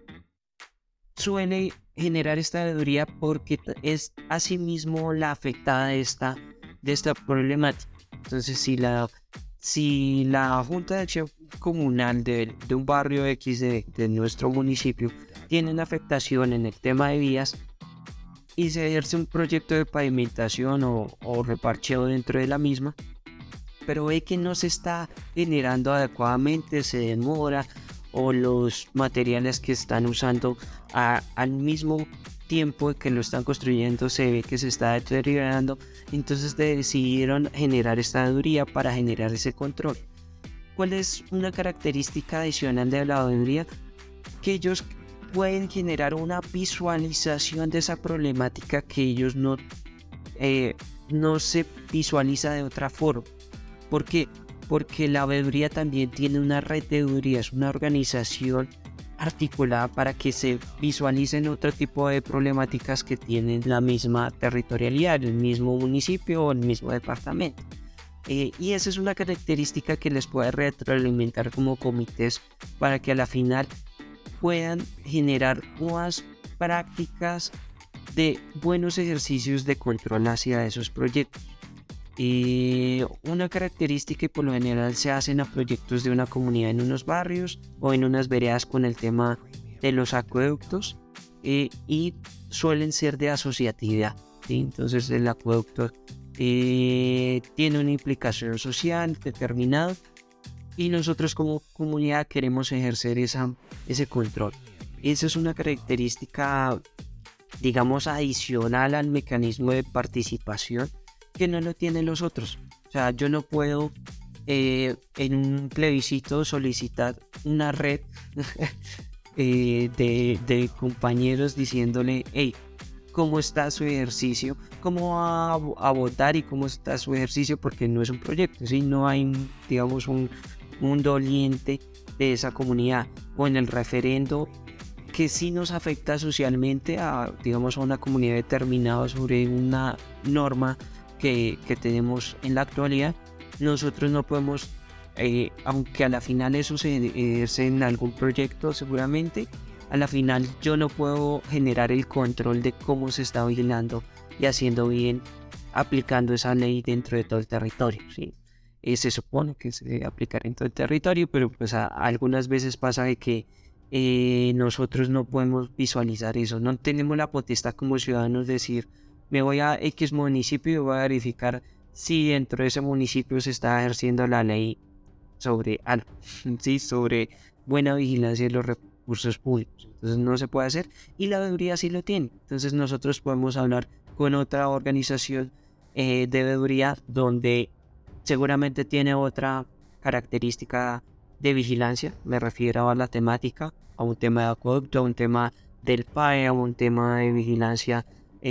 Speaker 2: suele generar esta veeduría porque es asimismo la afectada de esta, de esta problemática. Entonces, si la, si la Junta de Acción Comunal de, de un barrio X de, de nuestro municipio tiene una afectación en el tema de vías y se ejerce un proyecto de pavimentación o, o reparcheo dentro de la misma, pero ve que no se está generando adecuadamente, se demora, o los materiales que están usando a, al mismo tiempo que lo están construyendo se ve que se está deteriorando, entonces decidieron generar esta veeduría para generar ese control. ¿Cuál es una característica adicional de la veeduría? Que ellos pueden generar una visualización de esa problemática que ellos no, eh, no se visualiza de otra forma. ¿Por qué? Porque la veeduría también tiene una red de veedurías, una organización articulada para que se visualicen otro tipo de problemáticas que tienen la misma territorialidad, el mismo municipio o el mismo departamento. Eh, y esa es una característica que les puede retroalimentar como comités para que a la final puedan generar nuevas prácticas de buenos ejercicios de control hacia esos proyectos. Y una característica, y por lo general se hacen a proyectos de una comunidad en unos barrios o en unas veredas con el tema de los acueductos, eh, y suelen ser de asociatividad, ¿sí? Entonces el acueducto eh, tiene una implicación social determinada y nosotros como comunidad queremos ejercer esa, ese control. Esa es una característica, digamos, adicional al mecanismo de participación que no lo tienen los otros. O sea, yo no puedo eh, en un plebiscito solicitar una red eh, de, de compañeros diciéndole, hey, ¿cómo está su ejercicio? ¿Cómo va a, a votar y cómo está su ejercicio? Porque no es un proyecto, ¿sí? No hay, digamos, un, un doliente de esa comunidad. O en el referendo, que sí nos afecta socialmente a, digamos, a una comunidad determinada sobre una norma que, que tenemos en la actualidad. Nosotros no podemos, eh, aunque a la final eso se ejerce en algún proyecto seguramente, a la final yo no puedo generar el control de cómo se está vigilando y haciendo bien, aplicando esa ley dentro de todo el territorio, ¿sí? Eh, se supone que se debe aplicar en todo el territorio, pero pues a, a algunas veces pasa de que eh, nosotros no podemos visualizar eso, no tenemos la potestad como ciudadanos de decir, me voy a X municipio y voy a verificar si dentro de ese municipio se está ejerciendo la ley sobre algo, ¿sí? Sobre buena vigilancia de los recursos públicos. Entonces no se puede hacer y la veeduría sí lo tiene. Entonces nosotros podemos hablar con otra organización eh, de veeduría donde seguramente tiene otra característica de vigilancia. Me refiero a la temática, a un tema de acueducto, a un tema del P A E, a un tema de vigilancia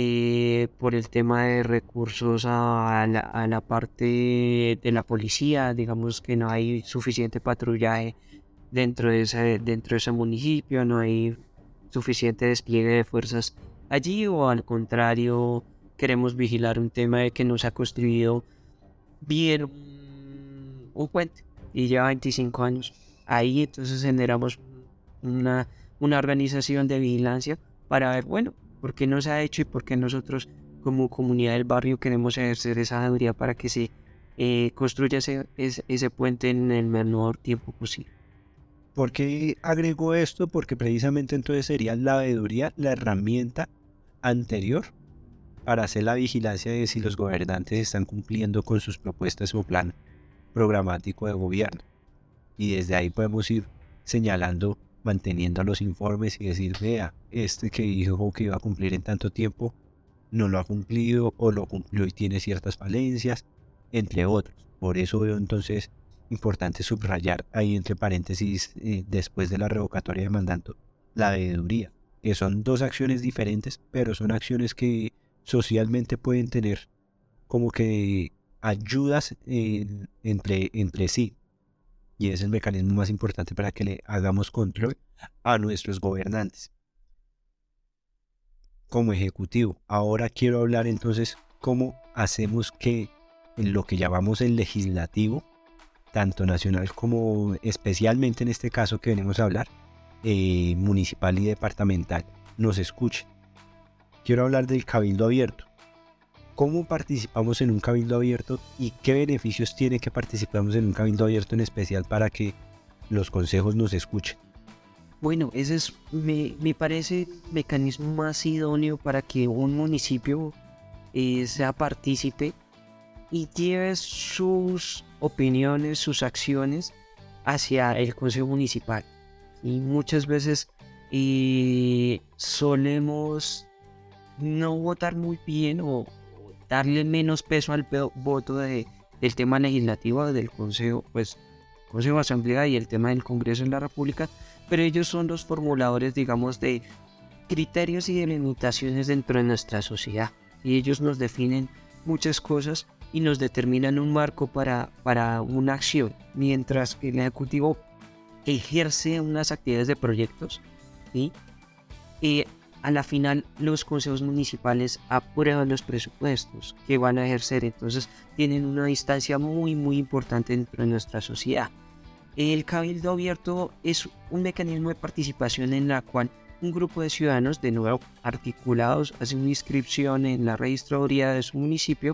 Speaker 2: eh, por el tema de recursos a la, a la parte de la policía. Digamos que no hay suficiente patrullaje dentro de ese, dentro de ese municipio, no hay suficiente despliegue de fuerzas allí, o al contrario queremos vigilar un tema de que no se ha construido bien un, un puente y lleva veinticinco años ahí. Entonces generamos una, una organización de vigilancia para ver, bueno, por qué no se ha hecho y por qué nosotros como comunidad del barrio queremos ejercer esa veeduría para que se eh, construya ese, ese, ese puente en el menor tiempo posible.
Speaker 1: ¿Por qué agrego esto? Porque precisamente entonces sería la veeduría la herramienta anterior para hacer la vigilancia de si los gobernantes están cumpliendo con sus propuestas o plan programático de gobierno. Y desde ahí podemos ir señalando, manteniendo los informes y decir, vea, este que dijo que iba a cumplir en tanto tiempo no lo ha cumplido o lo cumplió y tiene ciertas falencias, entre otros. Por eso veo entonces importante subrayar ahí entre paréntesis, eh, después de la revocatoria de mandato, la veeduría, que son dos acciones diferentes, pero son acciones que socialmente pueden tener como que ayudas eh, entre, entre sí, y es el mecanismo más importante para que le hagamos control a nuestros gobernantes como ejecutivo. Ahora quiero hablar entonces cómo hacemos que en lo que llamamos el legislativo, tanto nacional como especialmente en este caso que venimos a hablar, eh, municipal y departamental, nos escuche. Quiero hablar del cabildo abierto. ¿Cómo participamos en un cabildo abierto y qué beneficios tiene que participamos en un cabildo abierto en especial para que los consejos nos escuchen?
Speaker 2: Bueno, ese es, me, me parece, el mecanismo más idóneo para que un municipio eh, sea partícipe y lleve sus opiniones, sus acciones hacia el consejo municipal. Y muchas veces eh, solemos no votar muy bien o darle menos peso al pe- voto de, del tema legislativo del consejo, pues consejo de asamblea y el tema del Congreso en la República, pero ellos son los formuladores, digamos, de criterios y de limitaciones dentro de nuestra sociedad, y ellos nos definen muchas cosas y nos determinan un marco para, para una acción, mientras que el Ejecutivo ejerce unas actividades de proyectos, ¿sí? Y a la final los consejos municipales aprueban los presupuestos que van a ejercer, entonces tienen una instancia muy muy importante dentro de nuestra sociedad. El cabildo abierto es un mecanismo de participación en la cual un grupo de ciudadanos, de nuevo articulados, hacen una inscripción en la registraduría de su municipio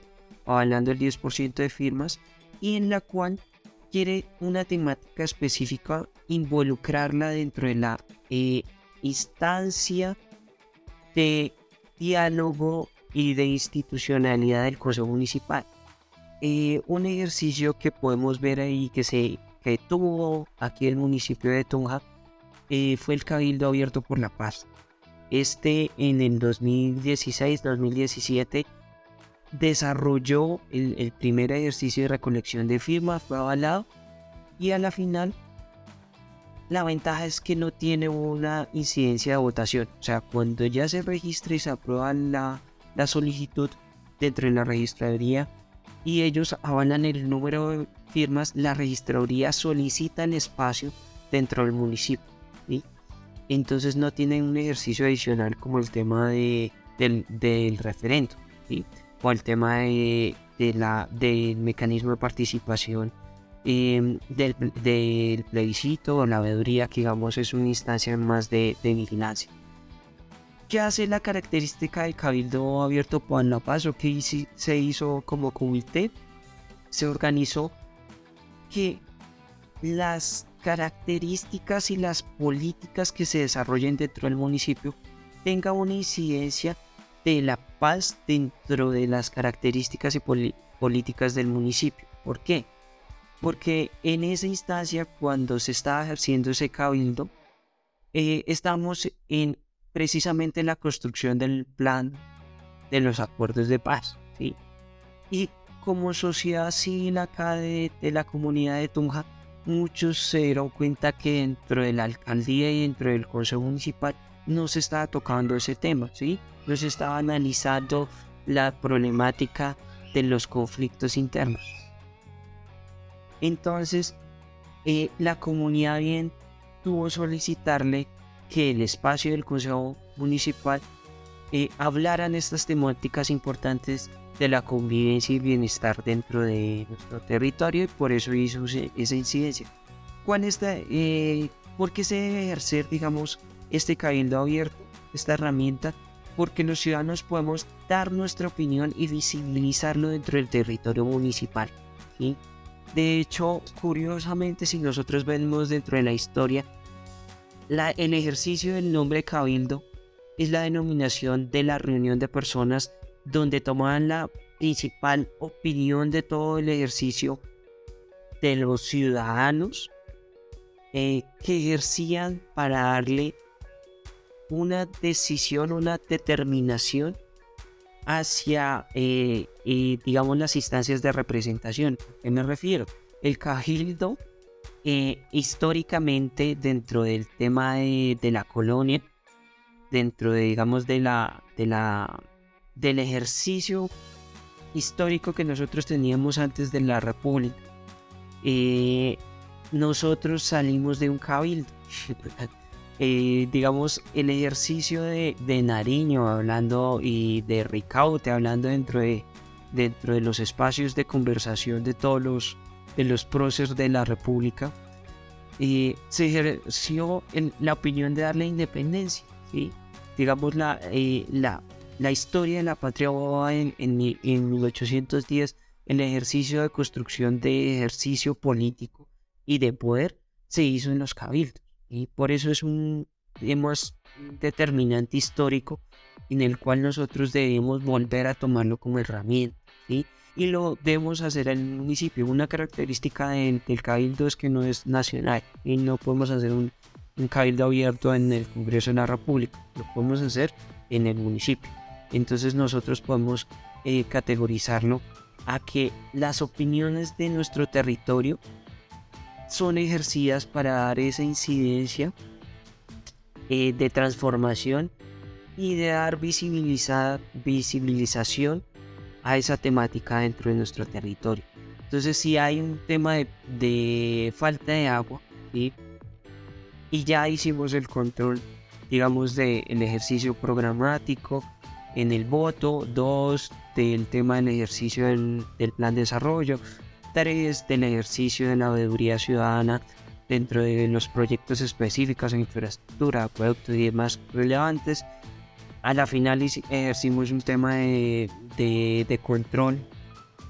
Speaker 2: avalando el diez por ciento de firmas y en la cual quiere una temática específica, involucrarla dentro de la eh, instancia de diálogo y de institucionalidad del Consejo Municipal. Eh, un ejercicio que podemos ver ahí que se que tuvo aquí el municipio de Tunja eh, fue el Cabildo Abierto por la Paz. Este en el dos mil dieciséis dos mil diecisiete desarrolló el, el primer ejercicio de recolección de firmas, fue avalado y a la final la ventaja es que no tiene una incidencia de votación. O sea, cuando ya se registra y se aprueba la, la solicitud dentro de la registraduría y ellos avalan el número de firmas, la registraduría solicita el espacio dentro del municipio, ¿sí? Entonces no tienen un ejercicio adicional como el tema de, del, del referendo, ¿sí? O el tema de, de la, del mecanismo de participación eh, del, del plebiscito o la veeduría, que digamos es una instancia más de, de vigilancia. ¿Qué hace la característica del Cabildo Abierto por la Paz o qué se hizo como comité? Se organizó que las características y las políticas que se desarrollen dentro del municipio tengan una incidencia de la paz dentro de las características y poli- políticas del municipio. ¿Por qué? Porque en esa instancia, cuando se está ejerciendo ese cabildo, eh, estamos en precisamente la construcción del plan de los acuerdos de paz, ¿sí? Y como sociedad civil acá de, de la comunidad de Tunja, muchos se dieron cuenta que dentro de la alcaldía y dentro del consejo municipal no se estaba tocando ese tema, ¿sí? No se estaba analizando la problemática de los conflictos internos. Entonces, eh, la comunidad bien tuvo solicitarle que el espacio del consejo municipal eh, hablaran estas temáticas importantes de la convivencia y bienestar dentro de nuestro territorio, y por eso hizo esa incidencia. ¿Cuál es la, eh, ¿Por qué se debe ejercer, digamos, este cabildo abierto, esta herramienta? Porque los ciudadanos podemos dar nuestra opinión y visibilizarlo dentro del territorio municipal, ¿sí? De hecho, curiosamente, si nosotros vemos dentro de la historia, la, el ejercicio del nombre cabildo es la denominación de la reunión de personas donde tomaban la principal opinión de todo el ejercicio de los ciudadanos eh, que ejercían para darle una decisión, una determinación hacia, eh, eh, digamos, las instancias de representación. ¿A qué me refiero? El cabildo, eh, históricamente, dentro del tema de, de la colonia, dentro de, digamos, de la, de la, del ejercicio histórico que nosotros teníamos antes de la República, eh, nosotros salimos de un cabildo. Eh, digamos, el ejercicio de, de Nariño hablando y de Ricaute hablando dentro de, dentro de los espacios de conversación de todos los, de los próceres de la República, eh, se ejerció en la opinión de darle independencia, ¿sí? Digamos, la, eh, la, la historia de la patria boba en, en, en mil ochocientos diez, el ejercicio de construcción de ejercicio político y de poder se hizo en los cabildos. Y por eso es un, digamos, un determinante histórico en el cual nosotros debemos volver a tomarlo como herramienta, ¿sí? Y lo debemos hacer en el municipio. Una característica de, del cabildo es que no es nacional y no podemos hacer un, un cabildo abierto en el Congreso de la República, lo podemos hacer en el municipio. Entonces nosotros podemos eh, categorizarlo a que las opiniones de nuestro territorio son ejercidas para dar esa incidencia eh, de transformación y de dar visibiliza, visibilización a esa temática dentro de nuestro territorio. Entonces, si hay un tema de, de falta de agua, ¿sí? Y ya hicimos el control, digamos, del ejercicio programático en el voto, dos, del tema del ejercicio del, del plan de desarrollo, tres, del ejercicio de la veeduría ciudadana dentro de los proyectos específicos en infraestructura, acueductos y demás relevantes. A la final ejercimos un tema de, de, de control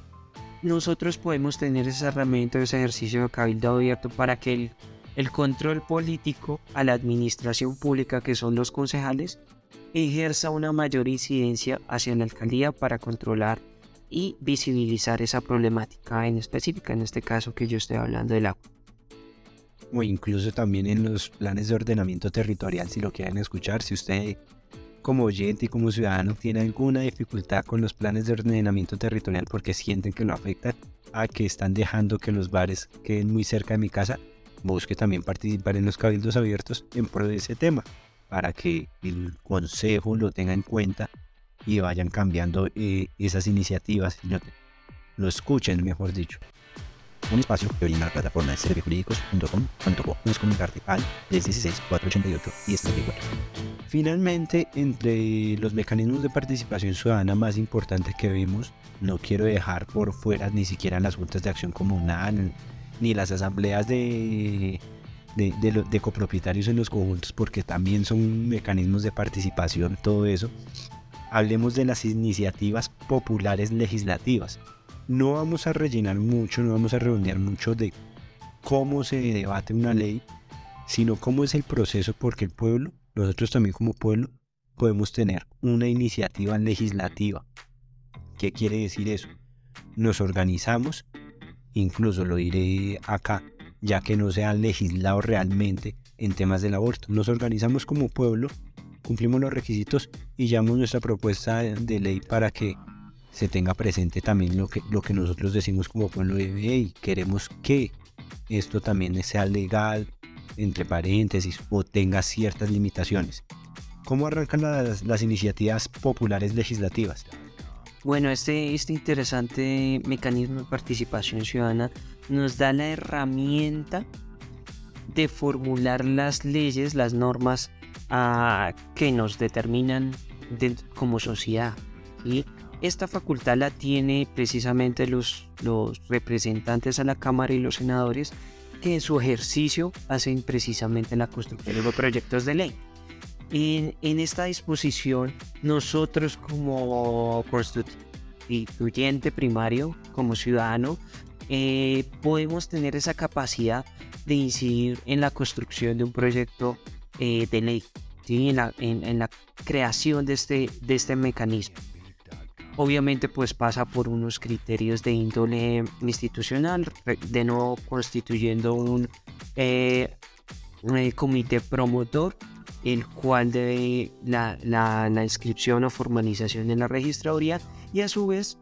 Speaker 2: nosotros podemos tener esa herramienta, ese ejercicio de cabildo abierto para que el, el control político a la administración pública, que son los concejales, ejerza una mayor incidencia hacia la alcaldía para controlar y visibilizar esa problemática en específica, en este caso que yo estoy hablando del agua.
Speaker 1: O incluso también en los planes de ordenamiento territorial, si lo quieren escuchar, si usted como oyente y como ciudadano tiene alguna dificultad con los planes de ordenamiento territorial porque sienten que lo afectan a que están dejando que los bares queden muy cerca de mi casa, busque también participar en los cabildos abiertos en pro de ese tema, para que el consejo lo tenga en cuenta y vayan cambiando eh, esas iniciativas, y lo, lo escuchen, mejor dicho.
Speaker 3: Un espacio que brinda la plataforma de servijurídicos punto com punto co. Puedes comunicarte al tres uno seis, cuatro ocho ocho, uno cero tres cuatro.
Speaker 1: Finalmente, entre los mecanismos de participación ciudadana más importantes que vimos, no quiero dejar por fuera ni siquiera las juntas de acción comunal, ni las asambleas de, de, de, de copropietarios en los conjuntos, porque también son mecanismos de participación, todo eso. Hablemos de las iniciativas populares legislativas. No vamos a rellenar mucho, no vamos a redondear mucho de cómo se debate una ley, sino cómo es el proceso, porque el pueblo, nosotros también como pueblo, podemos tener una iniciativa legislativa. ¿Qué quiere decir eso? Nos organizamos, incluso lo diré acá, ya que no se ha legislado realmente en temas del aborto. Nos organizamos como pueblo, cumplimos los requisitos y llevamos nuestra propuesta de ley para que se tenga presente también lo que, lo que nosotros decimos como pueblo de hey, queremos que esto también sea legal, entre paréntesis, o tenga ciertas limitaciones. ¿Cómo arrancan las, las iniciativas populares legislativas?
Speaker 2: Bueno, este, este interesante mecanismo de participación ciudadana nos da la herramienta de formular las leyes, las normas uh, que nos determinan de, como sociedad, ¿sí? Esta facultad la tiene precisamente los, los representantes a la Cámara y los senadores, que en su ejercicio hacen precisamente la construcción de los proyectos de ley. En, en esta disposición, nosotros como constituyente primario, como ciudadano, eh, podemos tener esa capacidad de incidir en la construcción de un proyecto eh, de ley, ¿sí? en, la, en, en la creación de este, de este mecanismo. Obviamente pues pasa por unos criterios de índole institucional, de nuevo constituyendo un, eh, un comité promotor, el cual debe la, la, la inscripción o formalización en la registraduría, y a su vez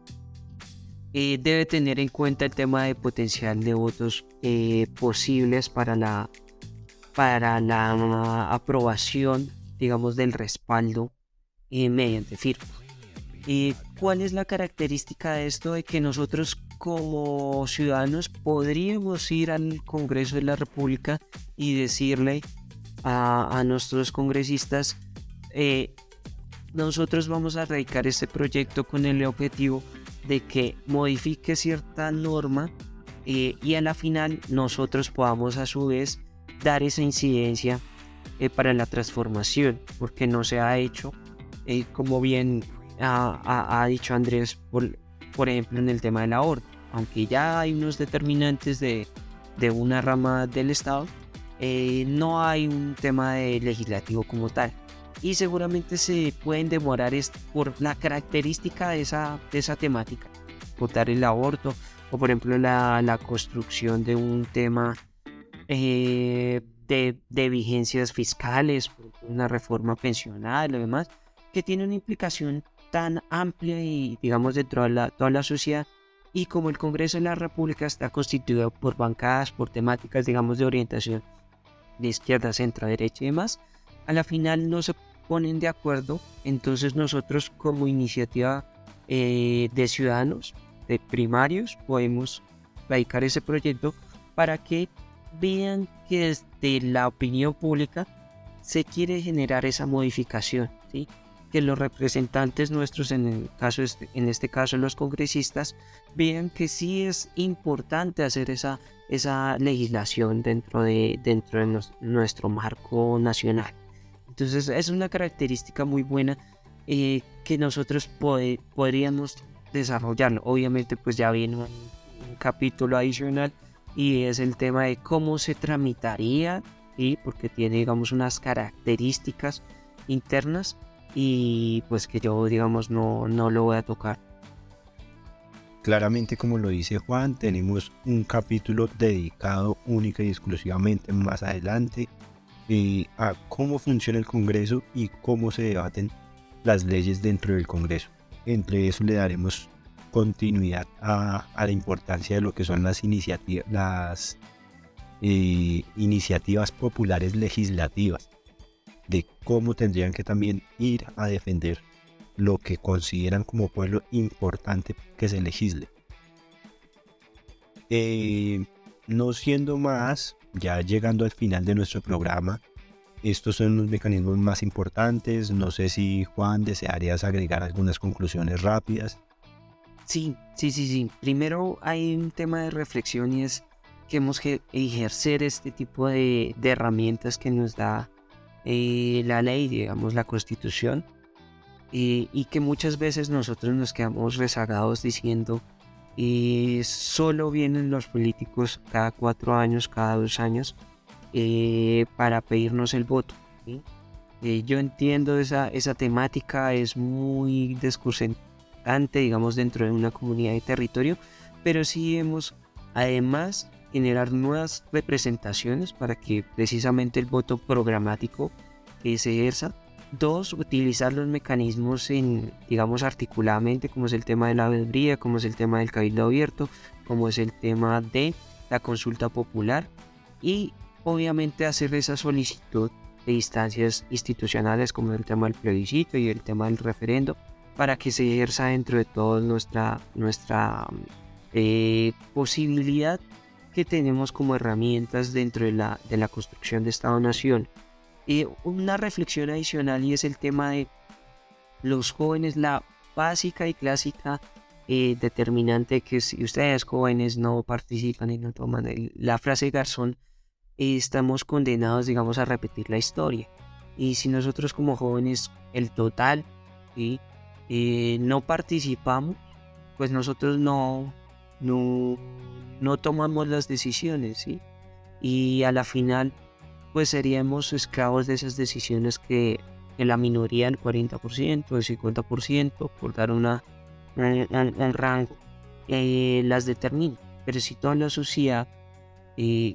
Speaker 2: eh, debe tener en cuenta el tema de potencial de votos eh, posibles para la, para la aprobación, digamos, del respaldo eh, mediante firma. ¿Y cuál es la característica de esto? De que nosotros como ciudadanos podríamos ir al Congreso de la República y decirle a, a nuestros congresistas, eh, nosotros vamos a radicar este proyecto con el objetivo de que modifique cierta norma eh, y a la final nosotros podamos a su vez dar esa incidencia eh, para la transformación, porque no se ha hecho eh, como bien Ha, ha, ha dicho Andrés, por, por ejemplo, en el tema del aborto. Aunque ya hay unos determinantes de, de una rama del Estado, eh, no hay un tema de legislativo como tal. Y seguramente se pueden demorar es por la característica de esa, de esa temática. Votar el aborto, o por ejemplo la, la construcción de un tema eh, de, de vigencias fiscales, una reforma pensional y demás, que tiene una implicación tan amplia y digamos dentro de la, toda la sociedad, y como el Congreso de la República está constituido por bancadas, por temáticas digamos de orientación de izquierda, centro, derecha y demás, a la final no se ponen de acuerdo. Entonces nosotros como iniciativa eh, de ciudadanos, de primarios, podemos radicar ese proyecto para que vean que desde la opinión pública se quiere generar esa modificación, ¿sí? Que los representantes nuestros, en, el caso este, en este caso los congresistas, vean que sí es importante hacer esa, esa legislación dentro de, dentro de nos, nuestro marco nacional. Entonces es una característica muy buena eh, que nosotros pod- podríamos desarrollarlo. Obviamente pues ya viene un, un capítulo adicional y es el tema de cómo se tramitaría, ¿sí? Porque tiene, digamos, unas características internas y pues que yo, digamos, no, no lo voy a tocar.
Speaker 1: Claramente, como lo dice Juan, tenemos un capítulo dedicado única y exclusivamente más adelante eh, a cómo funciona el Congreso y cómo se debaten las leyes dentro del Congreso. Entre eso le daremos continuidad a, a la importancia de lo que son las iniciativas, las eh, iniciativas populares legislativas, de cómo tendrían que también ir a defender lo que consideran como pueblo importante que se legisle. Eh, no siendo más, ya llegando al final de nuestro programa, estos son los mecanismos más importantes. No sé si, Juan, desearías agregar algunas conclusiones rápidas.
Speaker 2: Sí, sí, sí, sí. Primero hay un tema de reflexión y es que hemos que ejercer este tipo de, de herramientas que nos da eh, la ley, digamos, la Constitución, eh, y que muchas veces nosotros nos quedamos rezagados diciendo eh, solo vienen los políticos cada cuatro años, cada dos años eh, para pedirnos el voto, ¿sí? Eh, yo entiendo esa, esa temática, es muy desconcertante, digamos, dentro de una comunidad de territorio, pero sí debemos además generar nuevas representaciones para que precisamente el voto programático eh, se ejerza. Dos, utilizar los mecanismos en, digamos, articuladamente, como es el tema de la veeduría, como es el tema del cabildo abierto, como es el tema de la consulta popular, y obviamente hacer esa solicitud de instancias institucionales como el tema del plebiscito y el tema del referendo, para que se ejerza dentro de toda nuestra, nuestra eh, posibilidad que tenemos como herramientas dentro de la, de la construcción de Estado-Nación. Eh, una reflexión adicional y es el tema de los jóvenes, la básica y clásica eh, determinante que si ustedes jóvenes no participan y no toman el, la frase Garzón, eh, estamos condenados, digamos, a repetir la historia. Y si nosotros como jóvenes, el total, ¿sí? eh, no participamos, pues nosotros no, no, no tomamos las decisiones, ¿sí? Y a la final pues seríamos esclavos de esas decisiones que, que la minoría, el cuarenta por ciento, el cincuenta por ciento, por dar una, un, un rango, eh, las determina. Pero si toda la sociedad eh,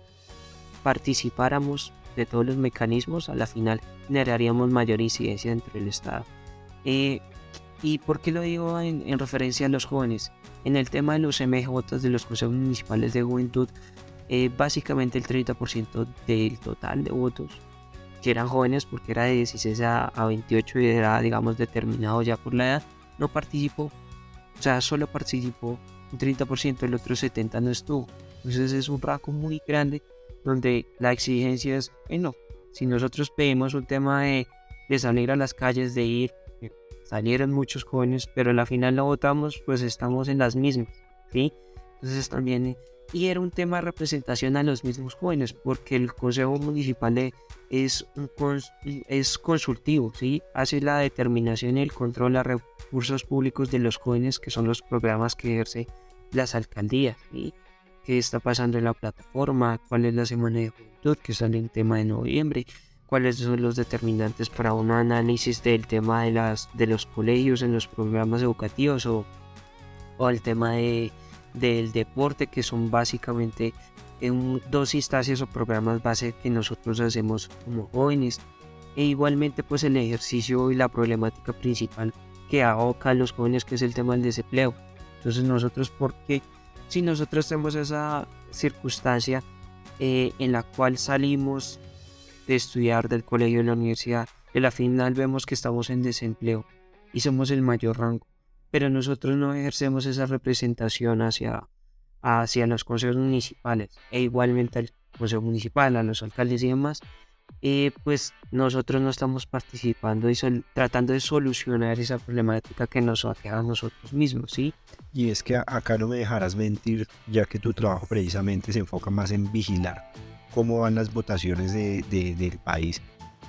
Speaker 2: participáramos de todos los mecanismos, a la final generaríamos mayor incidencia dentro del Estado. Eh, ¿Y por qué lo digo en, en referencia a los jóvenes? En el tema de los M J, de los consejos municipales de juventud, Eh, básicamente el treinta por ciento del total de votos que eran jóvenes, porque era de dieciséis a, a veintiocho y era, digamos, determinado ya por la edad, no participó. O sea, solo participó un treinta por ciento, el otro setenta por ciento no estuvo. Entonces es un rango muy grande donde la exigencia es, bueno, si nosotros pedimos un tema de, de salir a las calles, de ir, eh, salieron muchos jóvenes, pero al final no votamos, pues estamos en las mismas, ¿sí? Entonces también... Eh, Y era un tema de representación a los mismos jóvenes, porque el Consejo Municipal es, un cons, es consultivo, ¿sí? Hace la determinación y el control a recursos públicos de los jóvenes, que son los programas que ejerce las alcaldías, ¿sí? ¿Qué está pasando en la plataforma? ¿Cuál es la semana de juventud que sale en tema de noviembre? ¿Cuáles son los determinantes para un análisis del tema de, las, de los colegios en los programas educativos o, o el tema de... del deporte, que son básicamente un, dos instancias o programas base que nosotros hacemos como jóvenes, e igualmente pues el ejercicio y la problemática principal que aboca a los jóvenes, que es el tema del desempleo. Entonces nosotros, porque si nosotros tenemos esa circunstancia eh, en la cual salimos de estudiar del colegio de la universidad, y a la final vemos que estamos en desempleo y somos el mayor rango, pero nosotros no ejercemos esa representación hacia, hacia los consejos municipales e igualmente al consejo municipal, a los alcaldes y demás, eh, pues nosotros no estamos participando y sol, tratando de solucionar esa problemática que nos aqueja a nosotros mismos, ¿sí?
Speaker 1: Y es que acá no me dejarás mentir, ya que tu trabajo precisamente se enfoca más en vigilar cómo van las votaciones de, de, del país,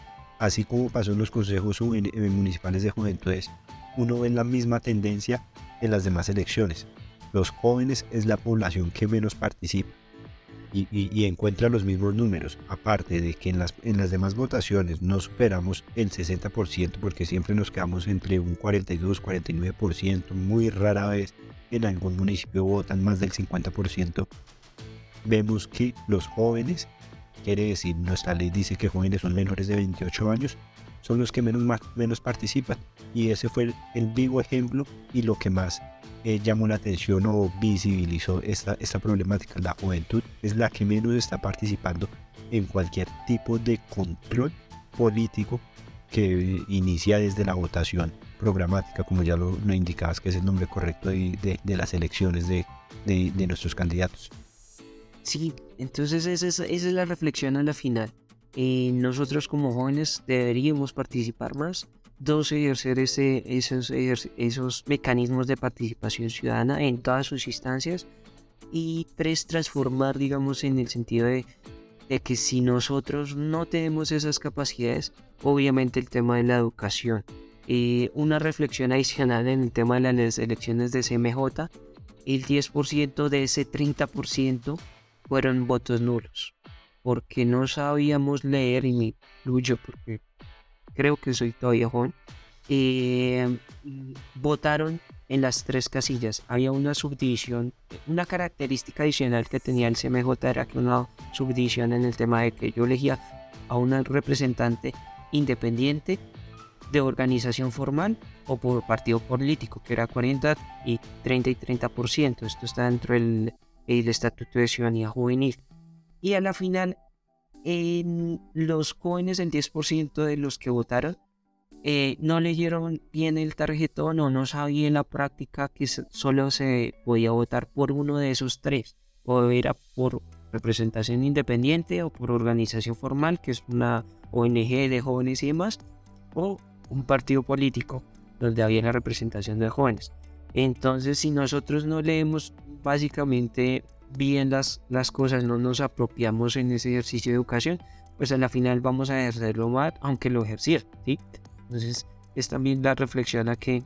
Speaker 1: así como pasó en los consejos municipales de juventudes. Uno ve la misma tendencia en las demás elecciones. Los jóvenes es la población que menos participa y, y, y encuentra los mismos números, aparte de que en las, en las demás votaciones no superamos el sesenta por ciento, porque siempre nos quedamos entre un cuarenta y dos, cuarenta y nueve por ciento, muy rara vez en algún municipio votan más del cincuenta por ciento. Vemos que los jóvenes, quiere decir, nuestra ley dice que jóvenes son menores de veintiocho años, son los que menos, menos participan, y ese fue el, el vivo ejemplo y lo que más eh, llamó la atención o visibilizó esta, esta problemática. La juventud es la que menos está participando en cualquier tipo de control político que inicia desde la votación programática, como ya lo, lo indicabas, que es el nombre correcto de, de, de las elecciones de, de, de nuestros candidatos.
Speaker 2: Sí, entonces esa es, esa es la reflexión a la final. Eh, nosotros como jóvenes deberíamos participar más. Dos, ejercer ese, esos, esos mecanismos de participación ciudadana en todas sus instancias. Y tres, transformar, digamos, en el sentido de, de que si nosotros no tenemos esas capacidades, obviamente el tema de la educación. Eh, una reflexión adicional en el tema de las elecciones de C M J, el diez por ciento de ese treinta por ciento fueron votos nulos, porque no sabíamos leer, y me incluyo porque creo que soy todavía joven. Eh, votaron en las tres casillas. Había una subdivisión, una característica adicional que tenía el C M J era que una subdivisión en el tema de que yo elegía a un representante independiente, de organización formal o por partido político, que era cuarenta y treinta y treinta por ciento. Esto está dentro del el Estatuto de Ciudadanía Juvenil. Y a la final, eh, los jóvenes, el diez por ciento de los que votaron, eh, no leyeron bien el tarjetón o no sabían en la práctica que solo se podía votar por uno de esos tres, o era por representación independiente o por organización formal, que es una O N G de jóvenes y demás, o un partido político donde había la representación de jóvenes. Entonces, si nosotros no leemos básicamente bien las, las cosas, no nos apropiamos en ese ejercicio de educación, pues a la final vamos a ejercerlo mal, aunque lo ejerciera, ¿sí? Entonces es también la reflexión a que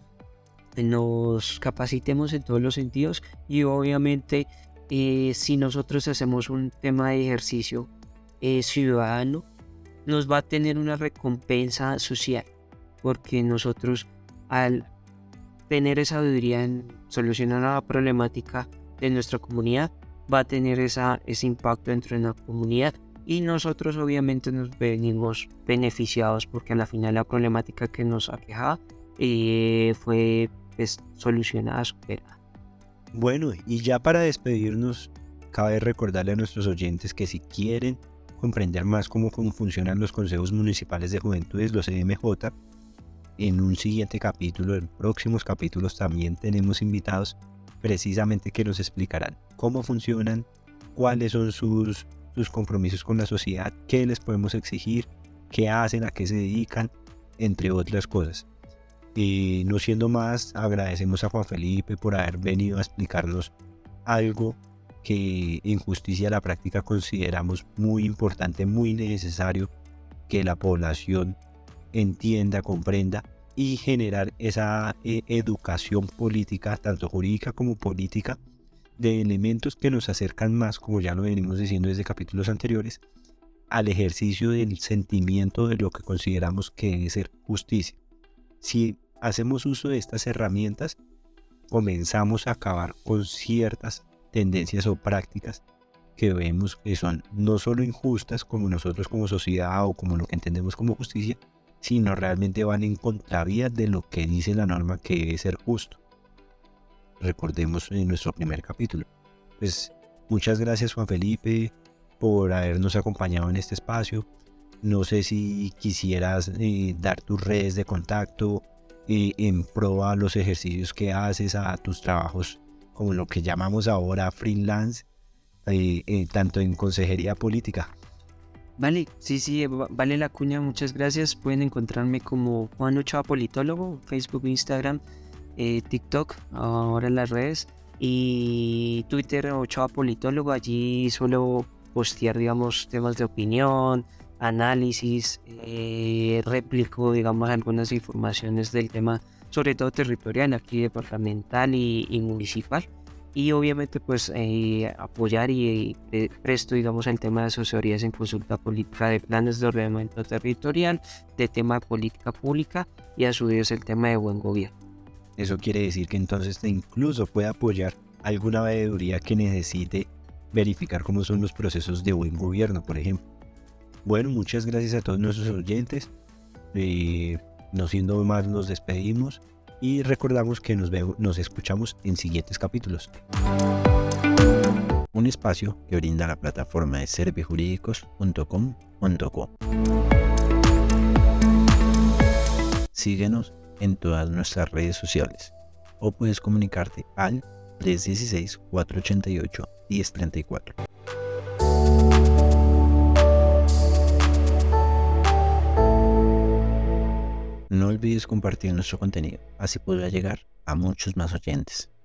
Speaker 2: nos capacitemos en todos los sentidos, y obviamente eh, si nosotros hacemos un tema de ejercicio eh, ciudadano, nos va a tener una recompensa social, porque nosotros al tener esa sabiduría en solucionar la problemática de nuestra comunidad, va a tener esa, ese impacto dentro de la comunidad, y nosotros obviamente nos venimos beneficiados porque a la final la problemática que nos aquejaba eh, fue pues, solucionada, superada.
Speaker 1: Bueno, y ya para despedirnos, cabe recordarle a nuestros oyentes que si quieren comprender más cómo, cómo funcionan los consejos municipales de juventudes, los C M J, en un siguiente capítulo, en próximos capítulos también tenemos invitados precisamente que nos explicarán cómo funcionan, cuáles son sus, sus compromisos con la sociedad, qué les podemos exigir, qué hacen, a qué se dedican, entre otras cosas. Y no siendo más, agradecemos a Juan Felipe por haber venido a explicarnos algo que en Justicia a la Práctica consideramos muy importante, muy necesario que la población entienda, comprenda y generar esa eh, educación política, tanto jurídica como política, de elementos que nos acercan más, como ya lo venimos diciendo desde capítulos anteriores, al ejercicio del sentimiento de lo que consideramos que debe ser justicia. Si hacemos uso de estas herramientas, comenzamos a acabar con ciertas tendencias o prácticas que vemos que son no solo injustas como nosotros como sociedad o como lo que entendemos como justicia, sino realmente van en contravía de lo que dice la norma que debe ser justo. Recordemos en nuestro primer capítulo. Pues muchas gracias, Juan Felipe, por habernos acompañado en este espacio. No sé si quisieras eh, dar tus redes de contacto eh, en pro a los ejercicios que haces, a tus trabajos como lo que llamamos ahora freelance, eh, eh, tanto en consejería política.
Speaker 2: Vale, sí, sí, vale la cuña, muchas gracias. Pueden encontrarme como Juan Ochoa Politólogo, Facebook, Instagram, eh, TikTok, ahora en las redes, y Twitter Ochoa Politólogo. Allí suelo postear, digamos, temas de opinión, análisis, eh, replico, digamos, algunas informaciones del tema sobre todo territorial, aquí departamental y, y municipal. Y obviamente pues eh, apoyar y eh, presto, digamos, el tema de asesorías en consulta política de planes de ordenamiento territorial, de tema de política pública y a su vez el tema de buen gobierno.
Speaker 1: Eso quiere decir que entonces te incluso puede apoyar alguna veeduría que necesite verificar cómo son los procesos de buen gobierno, por ejemplo. Bueno, muchas gracias a todos nuestros oyentes. Eh, no siendo más, nos despedimos y recordamos que nos, vemos, nos escuchamos en siguientes capítulos.
Speaker 3: Un espacio que brinda la plataforma de servijurídicos punto com punto co. Síguenos en todas nuestras redes sociales o puedes comunicarte al tres uno seis, cuatro ocho ocho, uno cero tres cuatro. No olvides compartir nuestro contenido, así podrá llegar a muchos más oyentes.